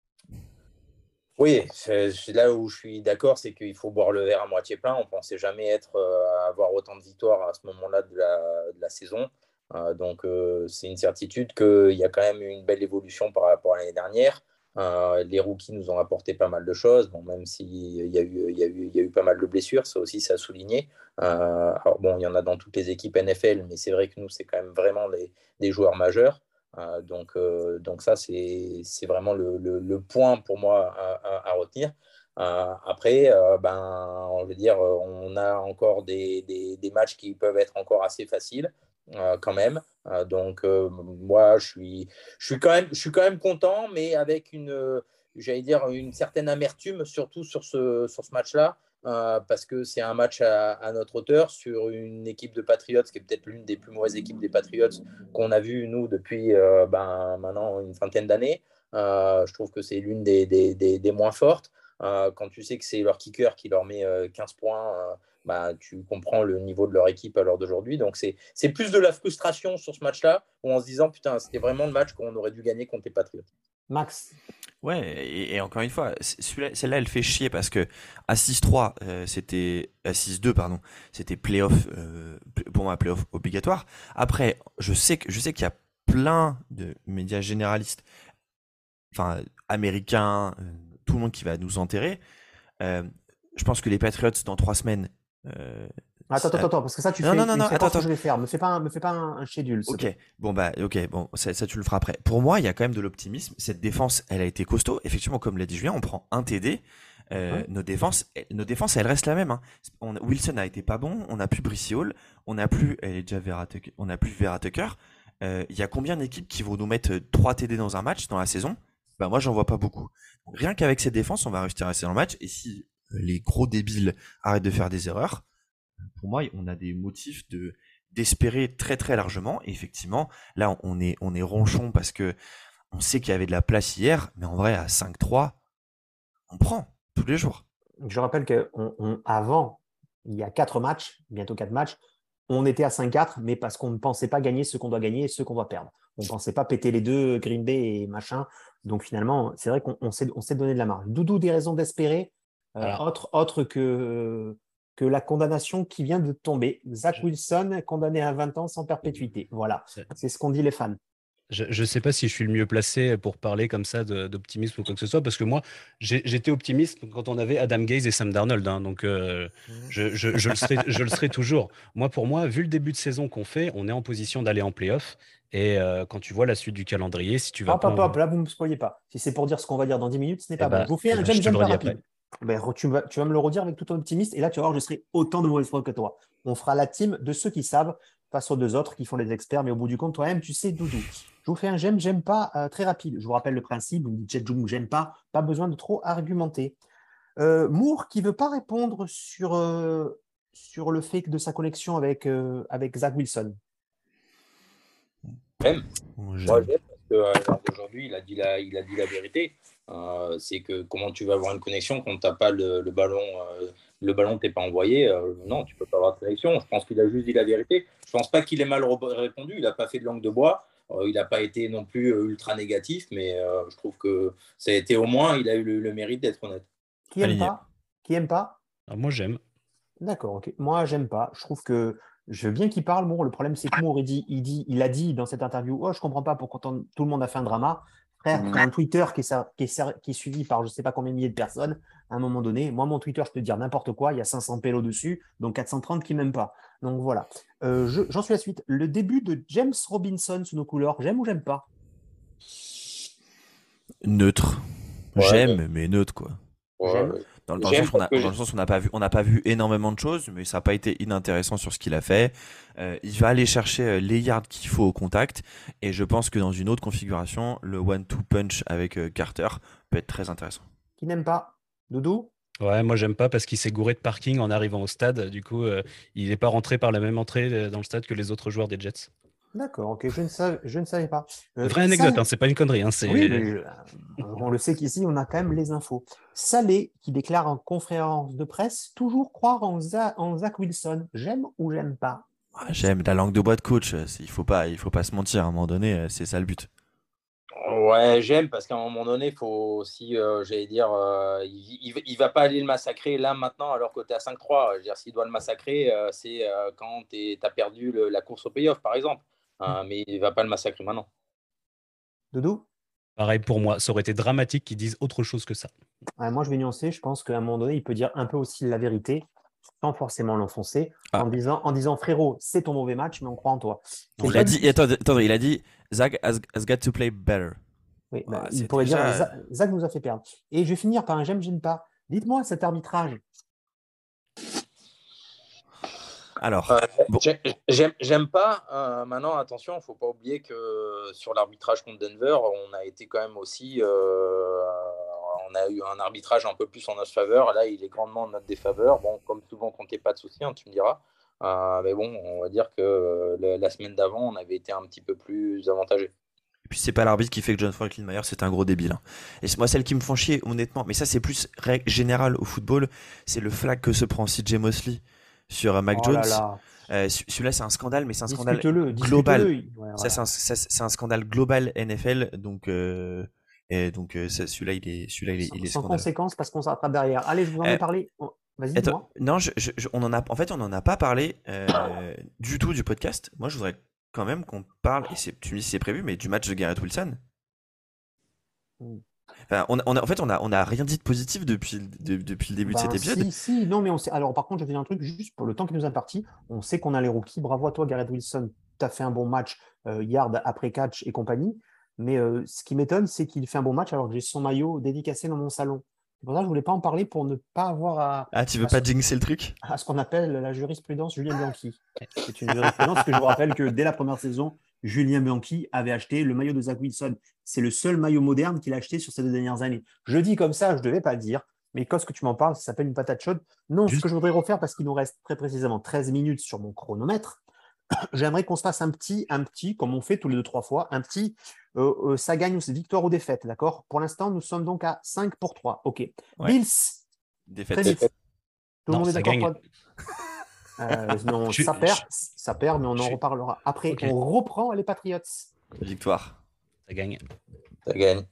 Oui, c'est c'est là où je suis d'accord, c'est qu'il faut boire le verre à moitié plein. On ne pensait jamais être, euh, avoir autant de victoires à ce moment-là de la, de la saison. Euh, donc, euh, c'est une certitude qu'il y a quand même eu une belle évolution par rapport à l'année dernière. Euh, les rookies nous ont apporté pas mal de choses, bon, même s'il y a eu, il y a eu, il y a eu pas mal de blessures, ça aussi, ça a souligné. Euh, alors, bon, il y en a dans toutes les équipes N F L, mais c'est vrai que nous, c'est quand même vraiment des, des joueurs majeurs. Euh, donc, euh, donc ça, c'est c'est vraiment le, le, le point pour moi à, à, à retenir. Euh, après, euh, ben, on veut dire, on a encore des, des, des matchs qui peuvent être encore assez faciles euh, quand même. Euh, donc, euh, moi, je suis, je, suis quand même, je suis quand même content, mais avec une, euh, j'allais dire, une certaine amertume, surtout sur ce, sur ce match-là. Euh, parce que c'est un match à, à notre hauteur sur une équipe de Patriots qui est peut-être l'une des plus mauvaises équipes des Patriots qu'on a vu, nous, depuis euh, ben, maintenant une vingtaine d'années. Euh, je trouve que c'est l'une des, des, des, des moins fortes. Euh, quand tu sais que c'est leur kicker qui leur met euh, quinze points, euh, bah, tu comprends le niveau de leur équipe à l'heure d'aujourd'hui. Donc, c'est, c'est plus de la frustration sur ce match-là, où en se disant, putain, c'était vraiment le match qu'on aurait dû gagner contre les Patriots. Max? Ouais, et, et encore une fois, c- celui-là- celle-là, elle fait chier parce que à six trois, euh, c'était à six deux, pardon, c'était playoff, euh, pl- pour moi, playoff obligatoire. Après, je sais que je sais qu'il y a plein de médias généralistes, enfin américains, euh, tout le monde qui va nous enterrer. Euh, je pense que les Patriots dans trois semaines. euh, Attends, si- attends, attends, parce que ça, tu non, fais non, non, une non, attends, séquence que attends. je vais faire. Me fais pas, un- me fais pas un, un schedule, s'il te Ok, plaît. bon bah ok, bon ça, ça tu le feras après. Pour moi, il y a quand même de l'optimisme. Cette défense, elle a été costaud. Effectivement, comme l'a dit Julien, on prend un T D. Euh, Hein? nos défenses, eh, nos défenses, elles restent la même. Hein. On, Wilson a été pas bon. On n'a plus Brissy Hall. On n'a plus, elle est déjà Vera Tucker. On n'a plus Vera Tucker. Euh, Il y a combien d'équipes qui vont nous mettre euh, trois T D dans un match dans la saison? Bah moi, j'en vois pas beaucoup. Donc, rien qu'avec cette défense, on va réussir à rester dans le match. Et si euh, les gros débiles arrêtent de faire des erreurs, pour moi, on a des motifs de d'espérer très très largement. Et effectivement, là, on est on est ronchon parce que on sait qu'il y avait de la place hier, mais en vrai, à cinq trois, on prend tous les jours. Je rappelle qu'avant, il y a quatre matchs, bientôt quatre matchs, on était à cinq quatre, mais parce qu'on ne pensait pas gagner ce qu'on doit gagner et ce qu'on doit perdre. On ne pensait pas péter les deux, Green Bay et machin. Donc finalement, c'est vrai qu'on on s'est, on s'est donné de la marge. Doudou, des raisons d'espérer, euh, Alors, autre, autre que, que la condamnation qui vient de tomber. Zach je, Wilson, condamné à vingt ans sans perpétuité. Voilà, c'est- c'est ce qu'ont dit les fans. je ne sais pas si je suis le mieux placé pour parler comme ça de- d'optimisme ou quoi que ce soit, parce que moi, j'ai- j'étais optimiste quand on avait Adam Gaze et Sam Darnold, hein, donc euh, je, je- je le serai, je le serai toujours. Moi, pour moi, vu le début de saison qu'on fait, on est en position d'aller en playoff. Et euh, quand tu vois la suite du calendrier, si tu vas Hop, pas hop, en... hop, là, vous ne me spoilez pas. Si c'est pour dire ce qu'on va dire dans dix minutes, ce n'est Eh pas bon. Je ben, vous fais eh un ben, je j'aime, te le j'aime pas redis après. rapide. Ben, re- tu vas, tu vas me le redire avec tout ton optimiste, et là, tu vas voir, je serai autant de mauvaise foi que toi. On fera la team de ceux qui savent face aux deux autres qui font les experts, mais au bout du compte, toi-même, tu sais, Doudou. Je vous fais un j'aime, j'aime pas euh, très rapide. Je vous rappelle le principe, vous me dites j'aime, j'aime pas, pas besoin de trop argumenter. Euh, Moore qui veut pas répondre sur, euh, sur le fait de sa connexion avec, euh, avec Zach Wilson. Même. Bon, Moi, j'aime. j'aime parce que à l'heure d'aujourd'hui, il a dit la, il a dit la vérité. Euh, c'est que comment tu vas avoir une connexion quand tu n'as pas le, le ballon, euh, le ballon t'est pas envoyé. Euh, non, tu peux pas avoir de connexion. Je pense qu'il a juste dit la vérité. Je pense pas qu'il ait mal re- répondu. Il n'a pas fait de langue de bois. Euh, il n'a pas été non plus euh, ultra négatif, mais euh, je trouve que ça a été au moins, il a eu le, le mérite d'être honnête. Qui aime Aligné. pas? Qui aime pas? Alors, moi, j'aime. D'accord, ok. Moi, j'aime pas. Je trouve que je veux bien qu'il parle, Moore. Le problème, c'est que Moore, il dit, il dit, il a dit dans cette interview, oh, je comprends pas pourquoi tant- tout le monde a fait un drama. Frère, tu as un Twitter qui est, sa- qui est ser- qui est suivi par je sais pas combien de milliers de personnes. À un moment donné, moi, mon Twitter, je peux te dire n'importe quoi. Il y a cinq cents pélos dessus, donc quatre cent trente qui m'aiment pas. Donc voilà. Euh, je- j'en suis à la suite. Le début de James Robinson sous nos couleurs, j'aime ou j'aime pas? Neutre. Ouais, J'aime, mais neutre quoi. J'aime. ouais. Dans, dans le J'aime sens qu'on parce a, que dans le sens qu'on n'a pas vu, on n'a pas vu énormément de choses, mais ça n'a pas été inintéressant sur ce qu'il a fait. Euh, il va aller chercher euh, les yards qu'il faut au contact, et je pense que dans une autre configuration, le one-two punch avec euh, Carter peut être très intéressant. Qui n'aime pas? Doudou? Ouais, moi j'aime pas parce qu'il s'est gouré de parking en arrivant au stade. Du coup, euh, il n'est pas rentré par la même entrée euh, dans le stade que les autres joueurs des Jets. D'accord, ok, je ne savais, je ne savais pas. Euh, Vraie anecdote, Sal- hein, c'est pas une connerie. Hein, Oui, c'est... mais euh, on le sait qu'ici, on a quand même les infos. Salé, qui déclare en conférence de presse, toujours croire en, Za- en Zach Wilson. J'aime ou j'aime pas? Ah, j'aime la langue de bois de coach. euh, c'est- Il faut pas, il faut pas se mentir. À un moment donné, euh, c'est ça le but. Ouais, j'aime parce qu'à un moment donné, il faut aussi, euh, j'allais dire, euh, il, il, il va pas aller le massacrer là maintenant alors que tu es à cinq trois. Je veux dire, s'il doit le massacrer, euh, c'est euh, quand tu as perdu le- la course au playoff, par exemple. Euh, mais il va pas le massacrer maintenant. Doudou? Pareil pour moi, ça aurait été dramatique qu'ils disent autre chose que ça. Ouais, moi, je vais nuancer. Je pense qu'à un moment donné, il peut dire un peu aussi la vérité, sans forcément l'enfoncer, Ah, en disant, en disant frérot, c'est ton mauvais match, mais on croit en toi. Non, C'est il a pas dit, du- attends, attends, il a dit, Zach has, has got to play better. Oui, bah, Ah, il c'est pourrait dire déjà. Za- Zach nous a fait perdre. Et je vais finir par un j'aime, j'aime pas. Dites-moi cet arbitrage. Alors, Euh, bon, j'ai- j'aime, j'aime pas. Euh, maintenant, attention, il ne faut pas oublier que sur l'arbitrage contre Denver, on a été quand même aussi. euh, on a eu un arbitrage un peu plus en notre faveur. Là, il est grandement en notre défaveur. Bon, comme souvent, quand il n'y a pas de souci, hein, tu me diras. Euh, mais bon, on va dire que euh, la, la semaine d'avant, on avait été un petit peu plus avantagé. et puis c'est pas l'arbitre qui fait que John Franklin Myers c'est un gros débile. hein. Et c'est- moi, celle qui me font chier, honnêtement, mais ça c'est plus règle générale au football, c'est le flag que se prend C J Mosley sur euh, Mac Oh Jones. là là. Euh, ce- celui-là, c'est un scandale, mais c'est un scandale Discute-le, global. discute-le. Ouais, Ça, voilà. c'est un, ça, c'est un scandale global N F L, donc, euh, et donc euh, ça, celui-là, il est, celui-là, il est, Sans, il est sans scandaleux. conséquence parce qu'on s'attrape derrière. Allez, je vous en ai Euh, parlé. Oh, vas-y, attends, dis-moi. non, je, je- je- on en a, en fait, on en a pas parlé euh, du tout du podcast. Moi, je voudrais quand même qu'on parle, et c'est, tu me dis si c'est prévu, mais du match de Garrett Wilson. Mm. Enfin, on, a- on a- en fait, on a, on a rien dit de positif depuis, le- de- depuis le début de cet Ben, épisode. si, si, non, mais on sait. Alors, par contre, je vais dire un truc juste pour le temps qui nous est imparti. On sait qu'on a les rookies. Bravo à toi, Garrett Wilson. Tu as fait un bon match, euh, yard après catch et compagnie. Mais euh, ce qui m'étonne, c'est qu'il fait un bon match alors que j'ai son maillot dédicacé dans mon salon. C'est pour ça que je ne voulais pas en parler pour ne pas avoir à, Ah, tu veux à ce, pas jinxer le truc? à ce qu'on appelle la jurisprudence Julien Bianchi. C'est une jurisprudence que je vous rappelle que dès la première saison, Julien Bianchi avait acheté le maillot de Zach Wilson. C'est le seul maillot moderne qu'il a acheté sur ces deux dernières années. Je dis comme ça, je ne devais pas le dire, mais quand ce que tu m'en parles, ça s'appelle une patate chaude. Non, ce Juste, que je voudrais refaire, parce qu'il nous reste très précisément treize minutes sur mon chronomètre, j'aimerais qu'on se fasse un petit, un petit, comme on fait tous les deux, trois fois, un petit, euh, euh, ça gagne ou c'est victoire ou défaite, d'accord? Pour l'instant, nous sommes donc à cinq pour trois. OK. Ouais. Bills, Défaite. très vite. Tout le non, monde est ça d'accord gagne. pour- Euh, non, Je- ça je- perd, ça perd, mais on je en suis- reparlera. Après, Ok. on reprend les Patriots. Victoire. Ça gagne. Ça gagne.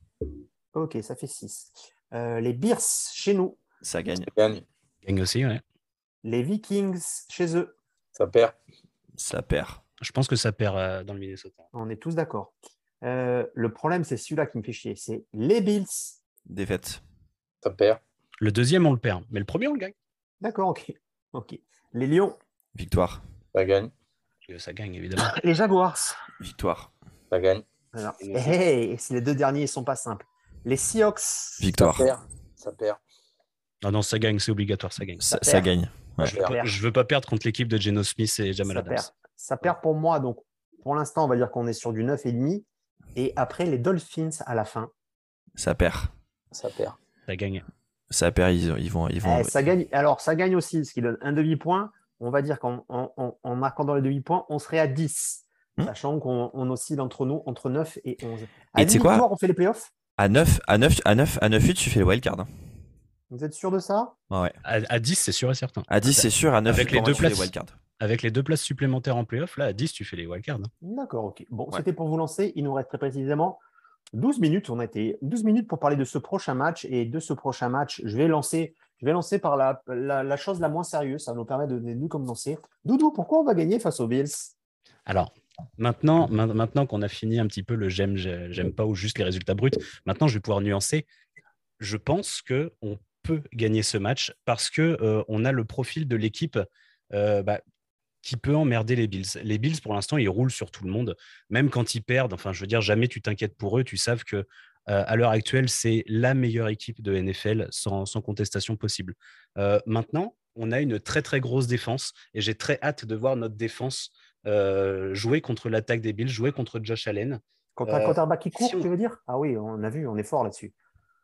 Ok, ça fait six. les Bears chez nous, Ça gagne. Ça gagne. Gagne aussi, ouais. les Vikings chez eux. Ça perd. Ça perd. Je pense que ça perd euh, dans le Minnesota. On est tous d'accord. Euh, le problème, c'est celui-là qui me fait chier. C'est les Bills. Défaite. Ça perd. Le deuxième, on le perd, mais le premier, on le gagne. D'accord, ok. ok. Les Lions, Victoire. Ça gagne. Euh, Ça gagne, évidemment. les Jaguars. Victoire. Ça gagne. Alors, Et moi, hey, si les deux derniers ne sont pas simples. Les Seahawks. Victoire. Ça perd. Ça perd. Non, non, ça gagne, c'est obligatoire, ça gagne. Ça, Ça ça perd. gagne. Ouais. Ça perd. perd. Je veux pas perdre contre l'équipe de Geno Smith et Jamal Ça Adams. perd. Ça perd pour moi. Donc, pour l'instant, on va dire qu'on est sur du neuf virgule cinq. Et après, les Dolphins à la fin. Ça perd. Ça perd. Ça gagne. Ça perd. Ils, ils vont. Ils vont Eh, ça gagne. Alors, ça gagne aussi, ce qui donne un demi-point. On va dire qu'en en, en- en marquant dans les demi-points, on serait à dix. Hmm. Sachant qu'on on oscille entre nous entre neuf et onze. À Et tu sais dix quoi victoires, on fait les playoffs. À neuf, à neuf, à neuf, à neuf huit, tu fais le wildcard. Hein. Vous êtes sûr de ça? Ouais, ouais. À, à dix, c'est sûr et certain. À dix, c'est sûr. À neuf, Avec huit, les pour moi, deux tu fais les places. wildcards. Avec les deux places supplémentaires en playoff, là, à dix, tu fais les wildcards. hein. D'accord, ok. Bon, Ouais. c'était pour vous lancer. Il nous reste très précisément douze minutes. On a été douze minutes pour parler de ce prochain match. Et de ce prochain match, je vais lancer, je vais lancer par la, la, la chose la moins sérieuse. Ça va nous permet de, de nous commencer. Doudou, pourquoi on va gagner face aux Bills? Alors, maintenant, ma- maintenant qu'on a fini un petit peu le j'aime, j'ai- j'aime pas ou juste les résultats bruts, maintenant je vais pouvoir nuancer. Je pense qu'on peut gagner ce match parce que euh, on a le profil de l'équipe euh, bah, qui peut emmerder les Bills. Les Bills, pour l'instant, ils roulent sur tout le monde, même quand ils perdent. Enfin, je veux dire, jamais tu t'inquiètes pour eux. Tu sais que euh, à l'heure actuelle, c'est la meilleure équipe de N F L sans, sans contestation possible. Euh, maintenant, on a une très très grosse défense et j'ai très hâte de voir notre défense euh, jouer contre l'attaque des Bills, jouer contre Josh Allen. Contre un Euh, quarterback qui court, si on- tu veux dire? Ah oui, on a vu, on est fort là-dessus.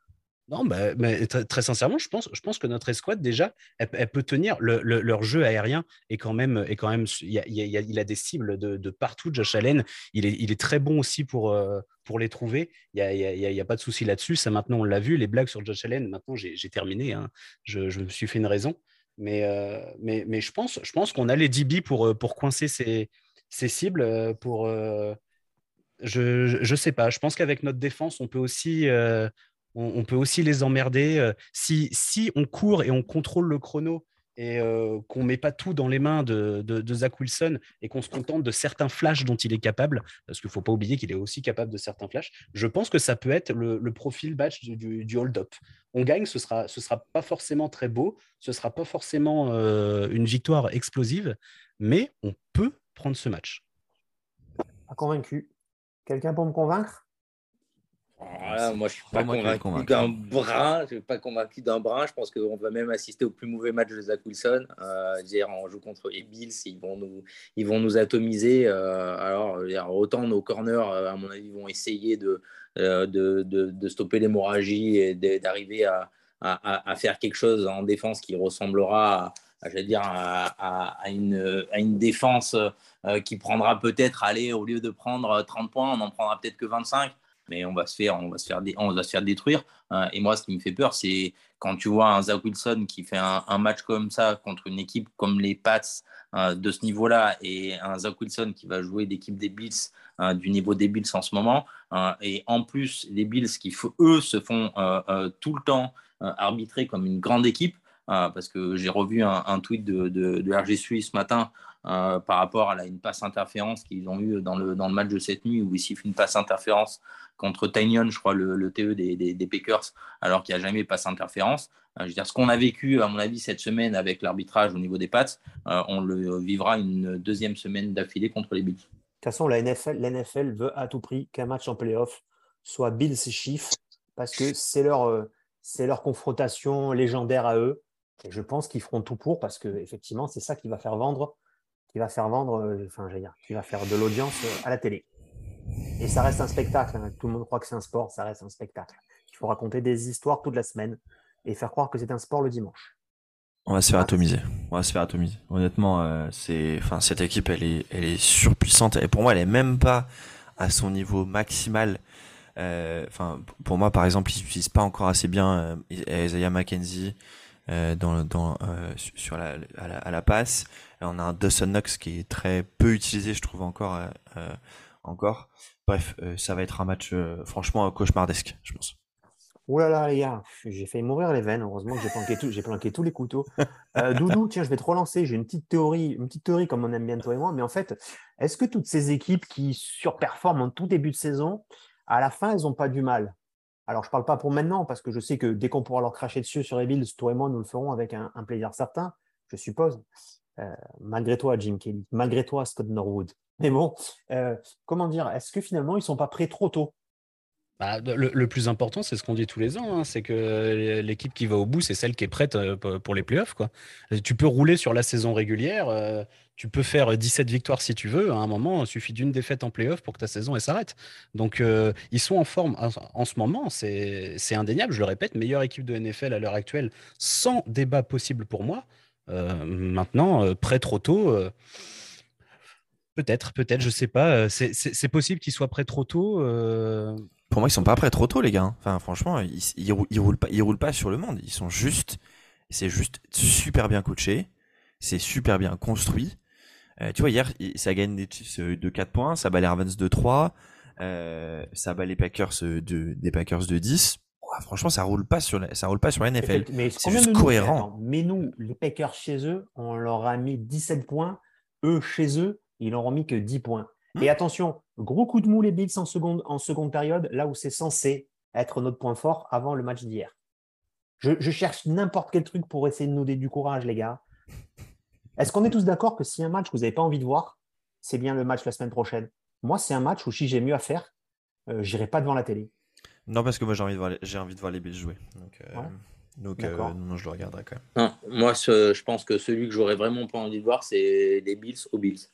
Non, bah, mais très, très sincèrement, je pense, je pense que notre escouade, déjà, elle, elle peut tenir. Le, le- leur jeu aérien est quand même. Est quand même il, y a, il y a- il a des cibles de, de partout, Josh Allen. Il est, il est très bon aussi pour, euh, pour les trouver. Il n'y a, il y a, il y a- il y a pas de souci là-dessus. Ça, maintenant, on l'a vu. Les blagues sur Josh Allen, maintenant, j'ai j'ai terminé, hein. Je, je me suis fait une raison. Mais, euh, mais, mais je pense, je pense qu'on a les D B pour, euh, pour coincer ces, ces cibles. euh, Pour, euh, je, je, je sais pas. Je pense qu'avec notre défense, on peut aussi. euh, on, on peut aussi les emmerder. euh, Si, si on court et on contrôle le chrono et euh, qu'on met pas tout dans les mains de, de, de Zach Wilson et qu'on se contente de certains flashs dont il est capable, parce qu'il faut pas oublier qu'il est aussi capable de certains flashs, je pense que ça peut être le, le profil batch du, du, du hold-up. On gagne, ce sera, ce sera pas forcément très beau, ce sera pas forcément euh, une victoire explosive, mais on peut prendre ce match. Pas convaincu. Quelqu'un pour me convaincre? Voilà, moi, je suis pas pas moi qui vais te convaincu convaincre. d'un brin. Je suis pas convaincu d'un brin. Je pense qu'on va même assister au plus mauvais match de Zach Wilson. Euh, dire, on joue contre les Bills, ils vont nous, ils vont nous atomiser. Euh, alors, dire, autant nos corners, euh, à mon avis, vont essayer de, euh, de, de, de stopper l'hémorragie et de, d'arriver à, à, à faire quelque chose en défense qui ressemblera à, à, j'allais dire, à, à, à, une, à une défense euh, qui prendra peut-être, aller au lieu de prendre trente points, on en prendra peut-être que vingt-cinq. Mais on va se faire, on va se faire, dé- on va se faire détruire. Euh, et moi, ce qui me fait peur, c'est quand tu vois un Zach Wilson qui fait un, un match comme ça contre une équipe comme les Pats euh, de ce niveau-là et un Zach Wilson qui va jouer d'équipe des Bills euh, du niveau des Bills en ce moment. Euh, et en plus, les Bills qui, eux, se font euh, euh, tout le temps euh, arbitrer comme une grande équipe. Euh, parce que j'ai revu un, un tweet de, de, de R G Suisse ce matin euh, par rapport à la, une passe interférence qu'ils ont eu dans le, dans le match de cette nuit où ils sifflent une passe interférence contre Tanyon, je crois, le, le T E des, des, des Packers, alors qu'il n'y a jamais passé interférence. Euh, je veux dire, ce qu'on a vécu, à mon avis, cette semaine avec l'arbitrage au niveau des Pats, euh, on le vivra une deuxième semaine d'affilée contre les Bills. De toute façon, la N F L, l'N F L veut à tout prix qu'un match en playoff soit Bills Chiefs parce que c'est leur, euh, c'est leur confrontation légendaire à eux. Et je pense qu'ils feront tout pour parce que effectivement, c'est ça qui va faire vendre, qui va faire vendre, euh, enfin, j'allais dire, qui va faire de l'audience euh, à la télé. Et ça reste un spectacle, hein. Tout le monde croit que c'est un sport, ça reste un spectacle. Il faut raconter des histoires toute la semaine et faire croire que c'est un sport le dimanche. On va se faire Ah, atomiser. On va se faire atomiser. Honnêtement, euh, c'est, enfin, cette équipe, elle est, elle est surpuissante. Et pour moi, elle est même pas à son niveau maximal. Euh, Enfin, pour moi, par exemple, ils n'utilisent pas encore assez bien euh, Isaiah McKenzie euh, dans, dans, euh, sur la, à la, à la passe. Et on a un Dawson Knox qui est très peu utilisé, je trouve encore, euh, euh, encore. Bref, euh, ça va être un match euh, franchement cauchemardesque, je pense. ouh là là, les gars, j'ai failli mourir les veines. Heureusement que j'ai planqué, tout, j'ai planqué tous les couteaux. Euh, Doudou, tiens, je vais te relancer. J'ai une petite théorie, une petite théorie comme on aime bien toi et moi. Mais en fait, est-ce que toutes ces équipes qui surperforment en tout début de saison, à la fin, elles n'ont pas du mal? Alors, je ne parle pas pour maintenant, parce que je sais que dès qu'on pourra leur cracher dessus sur les Bills, toi et moi, nous le ferons avec un, un plaisir certain, je suppose. Euh, malgré toi, Jim Kelly, malgré toi, Scott Norwood. Mais bon, euh, comment dire, est-ce que finalement, ils ne sont pas prêts trop tôt? Bah, le, le plus important, c'est ce qu'on dit tous les ans, hein, c'est que l'équipe qui va au bout, c'est celle qui est prête euh, pour les playoffs, quoi. Tu peux rouler sur la saison régulière, euh, tu peux faire dix-sept victoires si tu veux. À un moment, il suffit d'une défaite en playoff pour que ta saison elle s'arrête. Donc, euh, ils sont en forme en, en ce moment, c'est c'est indéniable. Je le répète, meilleure équipe de N F L à l'heure actuelle, sans débat possible pour moi. Euh, maintenant, euh, prêt trop tôt. euh, Peut-être, peut-être, je sais pas. euh, C'est c'est- c'est possible qu'ils soient prêts trop tôt. euh, Pour moi, ils sont pas prêts trop tôt, les gars. hein. Enfin, franchement, ils, ils, rou- ils roulent pas, ils roulent pas sur le monde. Ils sont juste, c'est juste super bien coaché. C'est super bien construit. Euh, tu vois, hier, il- ça gagne des Chiefs euh, de quatre points, ça bat les Ravens de trois, euh, ça bat les Packers euh, de, des Packers de dix. Ouah, franchement, ça roule pas sur la, ça roule pas sur la N F L. Effect- Mais C'est combien juste de nous, cohérent. attends, mais nous, les Packers chez eux, on leur a mis dix-sept points. Eux, chez eux, ils n'auront mis que dix points. Hmm. Et attention, gros coup de mou les Bills en seconde, en seconde période, là où c'est censé être notre point fort avant le match d'hier. Je, je cherche n'importe quel truc pour essayer de nous donner du courage, les gars. Est-ce qu'on est tous d'accord que si un match que vous n'avez pas envie de voir, c'est bien le match la semaine prochaine? Moi, c'est un match où si j'ai mieux à faire, euh, j'irai pas devant la télé. Non, parce que moi, j'ai envie de voir les, j'ai envie de voir les Bills jouer. Donc, euh, Ouais. donc euh, D'accord. non, je le regarderai quand même. Non, moi, ce- je pense que celui que j'aurais vraiment pas envie de voir, c'est les Bills aux Bills.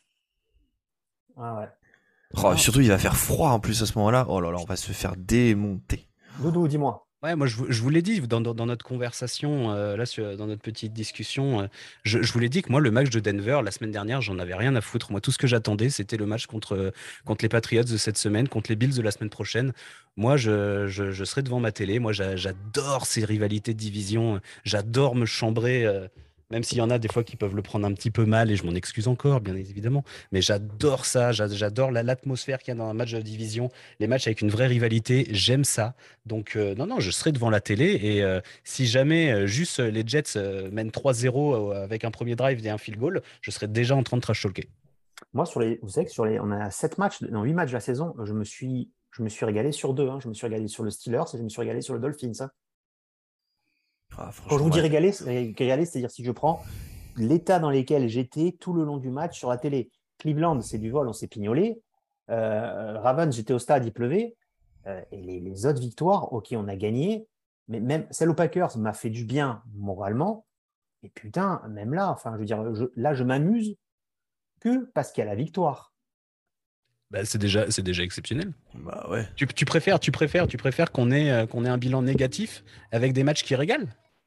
Ah ouais. Oh, Ah. surtout, il va faire froid en plus à ce moment-là. Oh là là, on va se faire démonter. Doudou, dis-moi. Ouais, moi je, vous je vous l'ai dit dans, dans- dans notre conversation, euh, là sur- dans notre petite discussion, euh, je, je vous l'ai dit que moi le match de Denver la semaine dernière, j'en avais rien à foutre. Moi tout ce que j'attendais, c'était le match contre, euh, contre les Patriots de cette semaine, contre les Bills de la semaine prochaine. Moi je, je, je serai devant ma télé. Moi j'a- j'adore ces rivalités de division. J'adore me chambrer, euh, même s'il y en a des fois qui peuvent le prendre un petit peu mal et je m'en excuse encore, bien évidemment. Mais j'adore ça. j'a- J'adore la- l'atmosphère qu'il y a dans un match de division, les matchs avec une vraie rivalité. J'aime ça. Donc, euh, non, non, je serai devant la télé. Et euh, si jamais euh, juste euh, les Jets euh, mènent trois zéro euh, avec un premier drive et un field goal, je serai déjà en train de trash talker. Moi, sur les, vous savez que sur les, on a sept matchs, non, huit matchs de la saison, je me suis, je me suis régalé sur deux. Hein. Je me suis régalé sur le Steelers et je me suis régalé sur le Dolphins. Hein. Ah, Quand je franchement, vous dis ouais. régalé, c'est- régalé, c'est-à-dire si je prends l'état dans lequel j'étais tout le long du match sur la télé. Cleveland, c'est du vol, on s'est pignolé. Euh, Ravens, j'étais au stade, il pleuvait. Euh, et les, les autres victoires, ok, on a gagné, mais même celle aux Packers m'a fait du bien moralement. Et putain, même là, enfin, je veux dire, je- là, je m'amuse que parce qu'il y a la victoire. Bah, c'est déjà, c'est déjà exceptionnel. Bah ouais. Tu, tu préfères, tu préfères, tu préfères qu'on ait, euh, qu'on ait un bilan négatif avec des matchs qui régalent?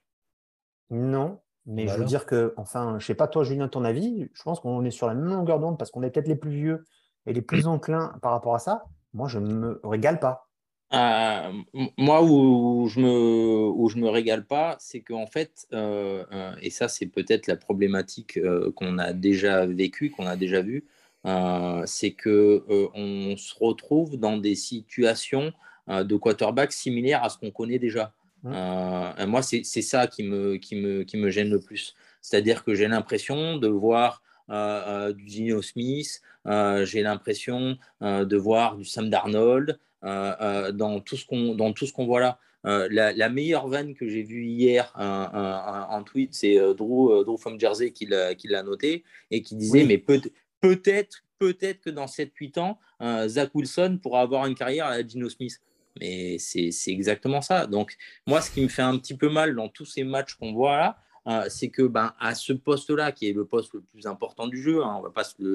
Non, mais Bah je veux alors. dire que, enfin, je sais pas toi, Julien, ton avis, je pense qu'on est sur la même longueur d'onde parce qu'on est peut-être les plus vieux et les plus enclins par rapport à ça. Moi, je ne me régale pas. Euh, m- moi, où je me, où je me régale pas, c'est qu'en fait, euh, euh, et ça, c'est peut-être la problématique euh, qu'on a déjà vécue, qu'on a déjà vue, euh, c'est que euh, on se retrouve dans des situations euh, de quarterback similaires à ce qu'on connaît déjà. Hein. Euh, et moi, c'est c'est ça qui me, qui me, qui me gêne le plus. C'est-à-dire que j'ai l'impression de voir euh, euh, du Geno Smith, euh, j'ai l'impression euh, de voir du Sam Darnold. Euh, euh, dans tout ce qu'on dans tout ce qu'on voit là. Euh, la, la, meilleure vanne que j'ai vue hier en tweet, c'est euh, Drew, euh, Drew from Jersey qui l'a, qui l'a noté et qui disait Oui, mais peut, peut-être peut-être que dans sept huit ans, euh, Zach Wilson pourra avoir une carrière à la Geno Smith. Mais c'est, c'est exactement ça. Donc moi, ce qui me fait un petit peu mal dans tous ces matchs qu'on voit là, euh, c'est que ben, à ce poste-là, qui est le poste le plus important du jeu, hein, on ne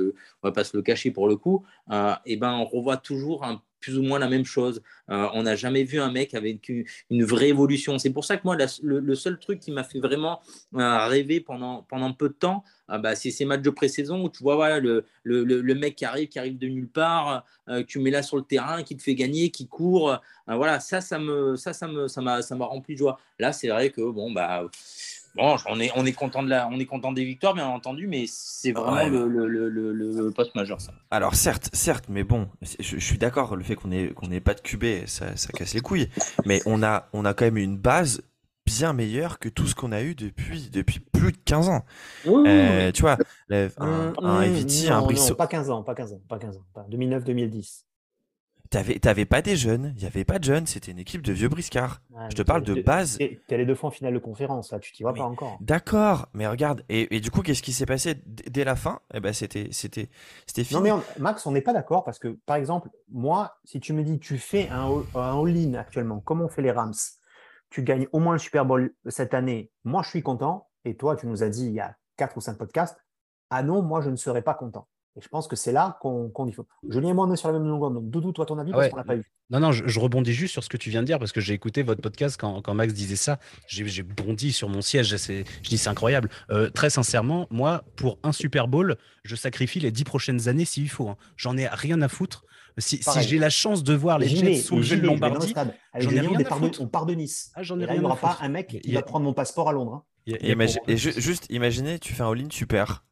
va pas se le cacher pour le coup, euh, et ben, on revoit toujours un plus ou moins la même chose. Euh, on n'a jamais vu un mec avec une, une vraie évolution. C'est pour ça que moi, la, le, le, seul truc qui m'a fait vraiment euh, rêver pendant, pendant peu de temps, euh, bah, c'est ces matchs de pré-saison où tu vois voilà, le, le, le mec qui arrive, qui arrive de nulle part, euh, que tu mets là sur le terrain, qui te fait gagner, qui court. Euh, voilà, ça, ça, me, ça, ça, me, ça, m'a, ça m'a rempli de joie. Là, c'est vrai que, bon, bah. Bon, on est, on est content de la, on est content des victoires, bien entendu, mais c'est vraiment Ouais, mais- le, le, le, le, le poste majeur, ça. Alors certes, certes, mais bon, je, je suis d'accord, le fait qu'on ait qu'on ait pas de Q B, ça, ça casse les couilles. Mais on a on a quand même une base bien meilleure que tout ce qu'on a eu depuis depuis plus de quinze ans. Oui, oui, Euh, oui. tu vois, un, Hum, un hum, E V T, un non, non, Brisso, pas quinze ans, pas quinze ans, pas quinze ans, pas deux mille neuf deux mille dix. t'avais t'avais pas des jeunes, il y avait pas de jeunes, c'était une équipe de vieux briscards. Ouais, Je te mais t'es parle allé de deux- base. t'es- t'es allé deux fois en finale de conférence, là, tu t'y vois pas Mais encore. d'accord, mais regarde, et, et du coup, qu'est-ce qui s'est passé d- dès la fin? Eh ben, c'était c'était c'était Non, mais fini. on- Max, on n'est pas d'accord parce que, par exemple, moi, si tu me dis tu fais un, all- un all-in actuellement, comme on fait les Rams, tu gagnes au moins le Super Bowl cette année, moi, je suis content. Et toi, tu nous as dit il y a quatre ou cinq podcasts, ah non, moi, je ne serais pas content. Et je pense que c'est là qu'on qu'on y faut. Julien et moi, on est sur la même longueur. Donc, Doudou, toi, ton avis, Ah parce ouais. qu'on l'a pas eu. Non, non, je, je rebondis juste sur ce que tu viens de dire parce que j'ai écouté votre podcast quand, quand Max disait ça. J'ai j'ai bondi sur mon siège. C'est- Je dis c'est incroyable. Euh, très sincèrement, moi, pour un Super Bowl, je sacrifie les dix prochaines années s'il faut. Hein. J'en ai rien à foutre. Si, si Pareil. j'ai la chance de voir Et les j'y Jets vais, et soulever j'y le vais, je vais dans le Lombardie, stade. Avec j'en ai Julien, on, rien à départ de- foutre. on part de Nice. Ah, j'en ai Et là, il rien n'y à aura pas foutre. un mec Il qui y a- va prendre mon passeport à Londres. Hein. il y a- il Et, y a imagi- pour- et ju- juste, imaginez, tu fais un all-in super.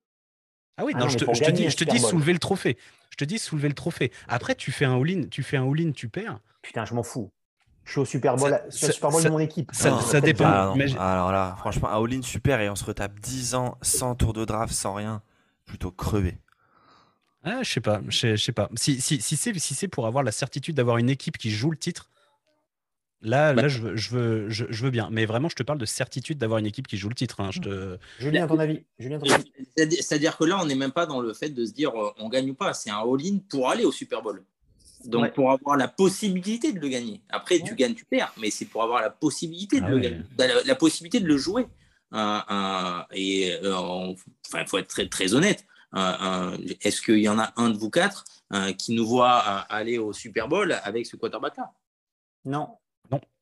Ah oui, Ah non, non, je mais te, pour je te gagner dis, un je te Super dis Bowl. soulever le trophée. Je te dis soulever le trophée. Après, tu fais un all-in, tu fais un all-in, tu perds. Putain, je m'en fous. Je suis au Super Ça, Bowl, je suis au ça, Super Bowl de ça- mon équipe. ça- On va ça peut-être dépend. gagner. Ah non, Imagine- alors là, franchement, un all-in super et on se retape dix ans sans tour de draft, sans rien. Plutôt crevé. Ah, je sais pas, je sais, je sais pas. Si, si, si c'est si c'est pour avoir la certitude d'avoir une équipe qui joue le titre, là, Bah, là je, veux, je, veux, je, je veux bien. Mais vraiment, je te parle de certitude d'avoir une équipe qui joue le titre. Hein. Je te... Julien, à ton avis. Julien, à ton avis. c'est-à-dire c'est-à-dire que là, on n'est même pas dans le fait de se dire euh, on gagne ou pas. C'est un all-in pour aller au Super Bowl. Donc, Ouais. pour avoir la possibilité de le gagner. Après, tu Ouais. gagnes, tu perds, mais c'est pour avoir la possibilité de Ah le ouais. gagner, la, la possibilité de le jouer. Euh, euh, et euh, on- enfin, il faut être très, très honnête. Euh, euh, est-ce qu'il y en a un de vous quatre euh, qui nous voit euh, aller au Super Bowl avec ce quarterback-là? Non. Non.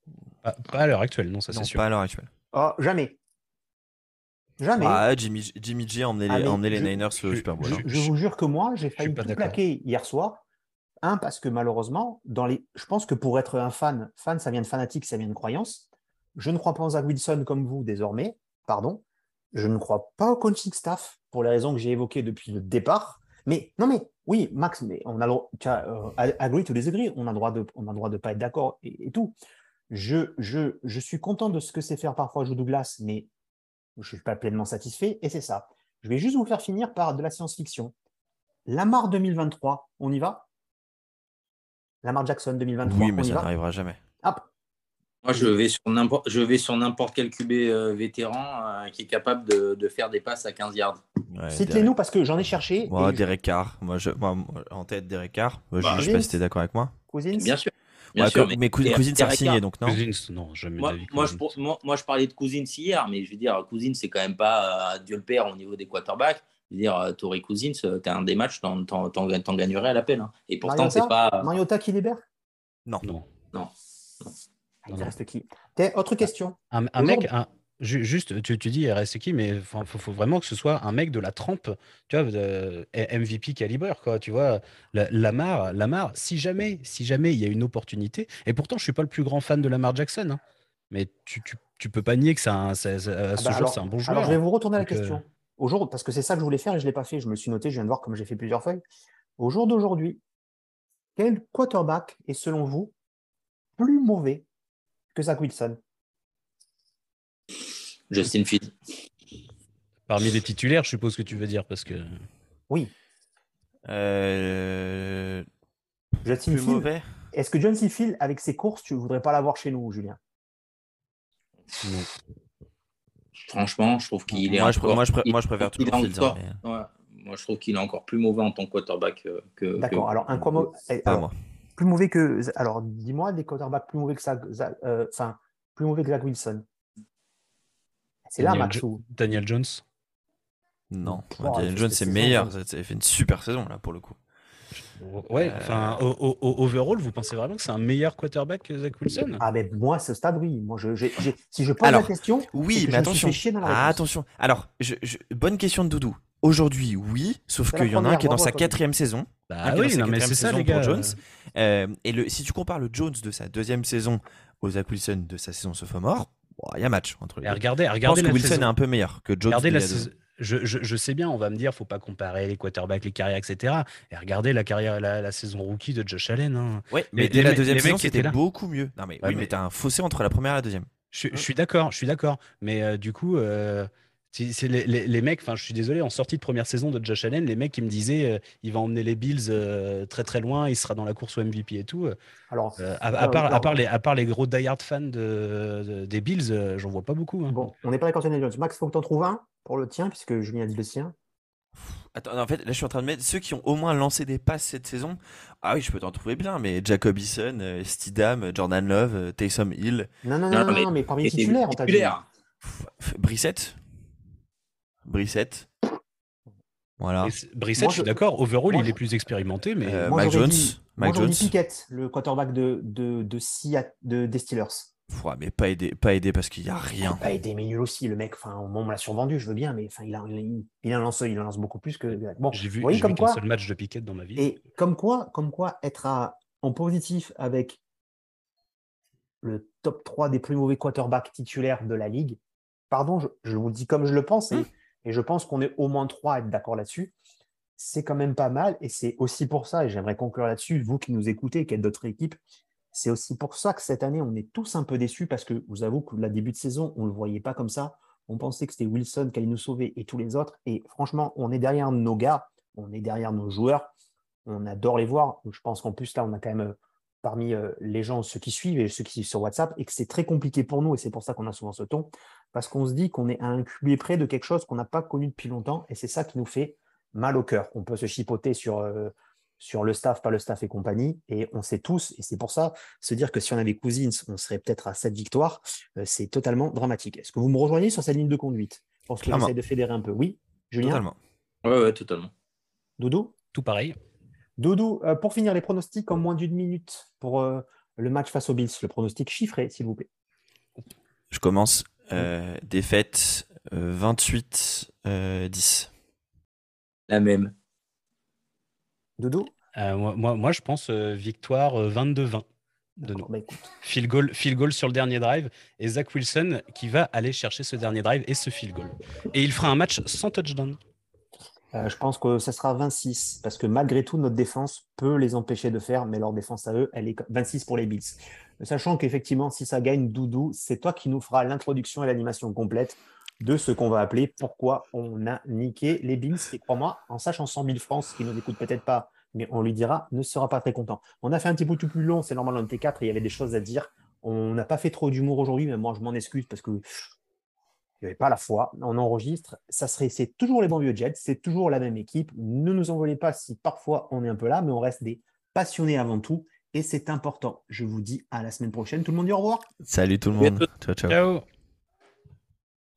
Pas, pas à l'heure actuelle, non, ça Non, c'est sûr. pas à l'heure actuelle. Oh, jamais. Jamais. Ah, Jimmy, Jimmy G a emmené Ah, les, mais a emmené les je- Niners au je- Super Bowl. Je, hein. je vous jure que moi, j'ai suis failli pas tout d'accord. plaquer hier soir. Un, parce que malheureusement, dans les... je pense que pour être un fan, fan, ça vient de fanatique, ça vient de croyance. Je ne crois pas en Zach Wilson comme vous désormais, pardon. Je ne crois pas au coaching staff pour les raisons que j'ai évoquées depuis le départ. Mais non, mais oui, Max, mais on a le droit, tu vois, euh, agree to disagree, on a le droit de, on a le droit de pas être d'accord et, et tout. Je, je, je suis content de ce que c'est faire parfois Joe Douglas, mais je ne suis pas pleinement satisfait et c'est ça. Je vais juste vous faire finir par de la science-fiction. Lamar deux mille vingt-trois, on y va? Lamar Jackson deux mille vingt-trois, Oui, mais on y ça va? n'arrivera jamais. Hop. Moi, je vais sur n'importe, je vais sur n'importe quel Q B euh, vétéran euh, qui est capable de, de faire des passes à quinze yards. Ouais, Cite-les-nous parce que j'en ai cherché. Moi, et je- Derek Carr. Moi, je, moi, moi, en tête, Derek Carr. Moi, je Bah, je sais pas Cousins. si t'es d'accord avec moi. Cousins. Bien sûr. Bien Ouais, sûr comme- mais Cous- Derek- Cousins s'est Derek signé, Carr, donc non. Cousins, non, jamais Moi, d'avis. moi, je, Cousins. moi, moi, je parlais de Cousins hier, mais je veux dire, Cousins, c'est quand même pas euh, Dieu le Père au niveau des quarterbacks. Je veux dire, euh, Torrey Cousins, euh, t'as un des matchs, t'en, t'en, t'en, t'en gagnerais à l'appel. Hein. Et pourtant, c'est Mariota, pas. Mariota qui libère? Non. Non. Non. Il Non, non. reste qui? T'es- Autre question. Un, un mec, un- ju- juste, tu, tu dis il reste qui, mais il faut, faut vraiment que ce soit un mec de la trempe, tu vois, de- M V P calibre, quoi, tu vois. La- Lamar, Lamar, si jamais, si jamais il y a une opportunité, et pourtant je suis pas le plus grand fan de Lamar Jackson, hein, mais tu, tu, tu peux pas nier que c'est un, c'est- c'est- à Ah ce bah jour alors, c'est un bon alors, joueur. je vais vous retourner à la Donc, euh, question. Au jour, parce que c'est ça que je voulais faire et je ne l'ai pas fait. Je me le suis noté, je viens de voir comme j'ai fait plusieurs feuilles. Au jour d'aujourd'hui, quel quarterback est selon vous plus mauvais que Zach Wilson? Justin Fields. Parmi les titulaires, je suppose que tu veux dire, parce que Oui, Euh, Justin plus Fields. mauvais. Est-ce que Justin Fields, avec ses courses, tu ne voudrais pas l'avoir chez nous, Julien? non. Franchement, je trouve qu'il est Moi, je, encore. moi, je, pré- il- moi, je préfère il est toujours Fields. hein, encore- mais ouais, moi, je trouve qu'il est encore plus mauvais en tant que quarterback euh, que. D'accord. que- Alors, un quoi mau- eh, Pas alors, moi. plus mauvais que. Alors, dis-moi des quarterbacks plus mauvais que ça. Zach- euh, Enfin, plus mauvais que Zach Wilson. C'est là, Daniel, Max. Jo- où- Daniel Jones. Non. Oh, Daniel qu'est-ce Jones, que c'est c'est meilleur. ça, Ça fait une super saison, là, pour le coup. Ouais, Euh, enfin, au, au- au- overall, vous pensez vraiment que c'est un meilleur quarterback que Zach Wilson? Ah, mais moi, à ce stade, oui. Moi, je, j'ai- j'ai- si je pose Alors, la question, c'est Oui, que mais je me suis attention. fait chier dans la Ah, réponse. attention. Alors, je, je- bonne question de Doudou. Aujourd'hui, oui, sauf C'est la qu'il y en a un première, qui est dans bravo sa à toi, quatrième saison. Bah Un qui est oui, dans sa non, mais quatrième c'est ça, saison les pour gars. Jones. Euh, et le, si tu compares le Jones de sa deuxième saison au Zach Wilson de sa saison sophomore, bon, il y a match entre les Et deux. regardez, Je pense regardez que la Wilson saison. est un peu meilleur que Jones. Regardez d'il la y a deux saison. ans. Je, je- je sais bien, on va me dire, faut pas comparer les quarterbacks, les carrières, et cetera. Et regardez la carrière, la, la saison rookie de Josh Allen. hein. Ouais, mais Les- dès les la mecs- deuxième les saison, mecs qui c'était étaient là. beaucoup mieux. Non, mais Ouais, oui, mais mais- t'as un fossé entre la première et la deuxième. Je, je suis d'accord, je suis d'accord. Mais euh, du coup, euh, si- c'est les, les- les mecs, enfin, je suis désolé, en sortie de première saison de Josh Allen, les mecs qui me disaient, euh, il va emmener les Bills euh, très très loin, il sera dans la course au M V P et tout. euh, Alors, euh, à, à alors, part, à, alors, part les, à part les gros die-hard fans de, de- des Bills, euh, j'en vois pas beaucoup. hein. bon, on n'est pas d'accord sur Daniel Jones. Max, il faut que tu en trouves un pour le tien, puisque Julien a dit le sien. Attends, en fait, là, je suis en train de mettre ceux qui ont au moins lancé des passes cette saison. Ah oui, je peux t'en trouver bien, mais Jacob Eason, euh, Stidham, Jordan Love, euh, Taysom Hill, Non, non, non, Non, non, mais- non, mais parmi les Et c'est titulaires, on t'a dit. titulaire. F- Brissett. Brissett. Voilà. Brice- Brissett, Moi, je suis je- d'accord, overall, moi, il je- est plus expérimenté, mais Euh, Moi, Mac j'aurais Jones, dit, Mac moi, j'aurais dit Jones. Pickett, le quarterback de, de, de, Seattle- de, des Steelers. Pff, ouais, mais pas aidé, pas aidé parce qu'il n'y a rien. Pas été mais nul aussi, le mec. Enfin, on me l'a survendu, je veux bien, mais enfin, il, a, il, il en lance, il en lance beaucoup plus que. Bon, j'ai vous vu, voyez j'ai comme vu qu'un quoi. seul match de Pickett dans ma vie. Et comme quoi, comme quoi être à- en positif avec le top trois des plus mauvais quarterbacks titulaires de la ligue, pardon, je, je vous le dis comme je le pense, et, et je pense qu'on est au moins trois à être d'accord là-dessus, c'est quand même pas mal, et c'est aussi pour ça, et j'aimerais conclure là-dessus, vous qui nous écoutez, qui êtes d'autres équipes, c'est aussi pour ça que cette année, on est tous un peu déçus, parce que vous avouez que le début de saison, on ne le voyait pas comme ça, on pensait que c'était Wilson qui allait nous sauver et tous les autres, et franchement, on est derrière nos gars, on est derrière nos joueurs, on adore les voir. Je pense qu'en plus, là, on a quand même euh, parmi euh, les gens, ceux qui suivent et ceux qui suivent sur WhatsApp, et que c'est très compliqué pour nous, et c'est pour ça qu'on a souvent ce ton, parce qu'on se dit qu'on est à un Q B près de quelque chose qu'on n'a pas connu depuis longtemps, et c'est ça qui nous fait mal au cœur. On peut se chipoter sur, euh, sur le staff, pas le staff et compagnie, et on sait tous, et c'est pour ça, se dire que si on avait Cousins, on serait peut-être à sept victoires, euh, c'est totalement dramatique. Est-ce que vous me rejoignez sur cette ligne de conduite? Je pense que Clairement. j'essaie de fédérer un peu. Oui, Julien? Totalement. Ouais, ouais, totalement. Doudou? Tout pareil. Doudou, euh, pour finir les pronostics en moins d'une minute pour euh, le match face aux Bills, le pronostic chiffré, s'il vous plaît. Je commence. Euh, défaite euh, vingt-huit dix. La même. Doudou? Euh, moi, moi, moi, je pense euh, victoire euh, vingt-deux vingt de nous. Bah, écoute. Field goal, field goal sur le dernier drive et Zach Wilson qui va aller chercher ce dernier drive et ce field goal. Et il fera un match sans touchdown. Euh, je pense que ça sera vingt-six parce que malgré tout, notre défense peut les empêcher de faire, mais leur défense à eux, elle est vingt-six pour les Bills. Sachant qu'effectivement, si ça gagne, Doudou, c'est toi qui nous feras l'introduction et l'animation complète de ce qu'on va appeler pourquoi on a niqué les Bills. Et crois-moi, en sachant cent mille France, qui nous écoute peut-être pas, mais on lui dira, ne sera pas très content. On a fait un petit peu tout plus long, c'est normal, on était quatre, il y avait des choses à dire. On n'a pas fait trop d'humour aujourd'hui, mais moi, je m'en excuse parce que il n'y avait pas la foi, on enregistre, ça serait, c'est toujours les bons vieux Jets, c'est toujours la même équipe. Ne nous en voulez pas si parfois on est un peu là, mais on reste des passionnés avant tout et c'est important. Je vous dis à la semaine prochaine. Tout le monde dit au revoir. Salut tout le monde. Ciao, ciao. Ciao.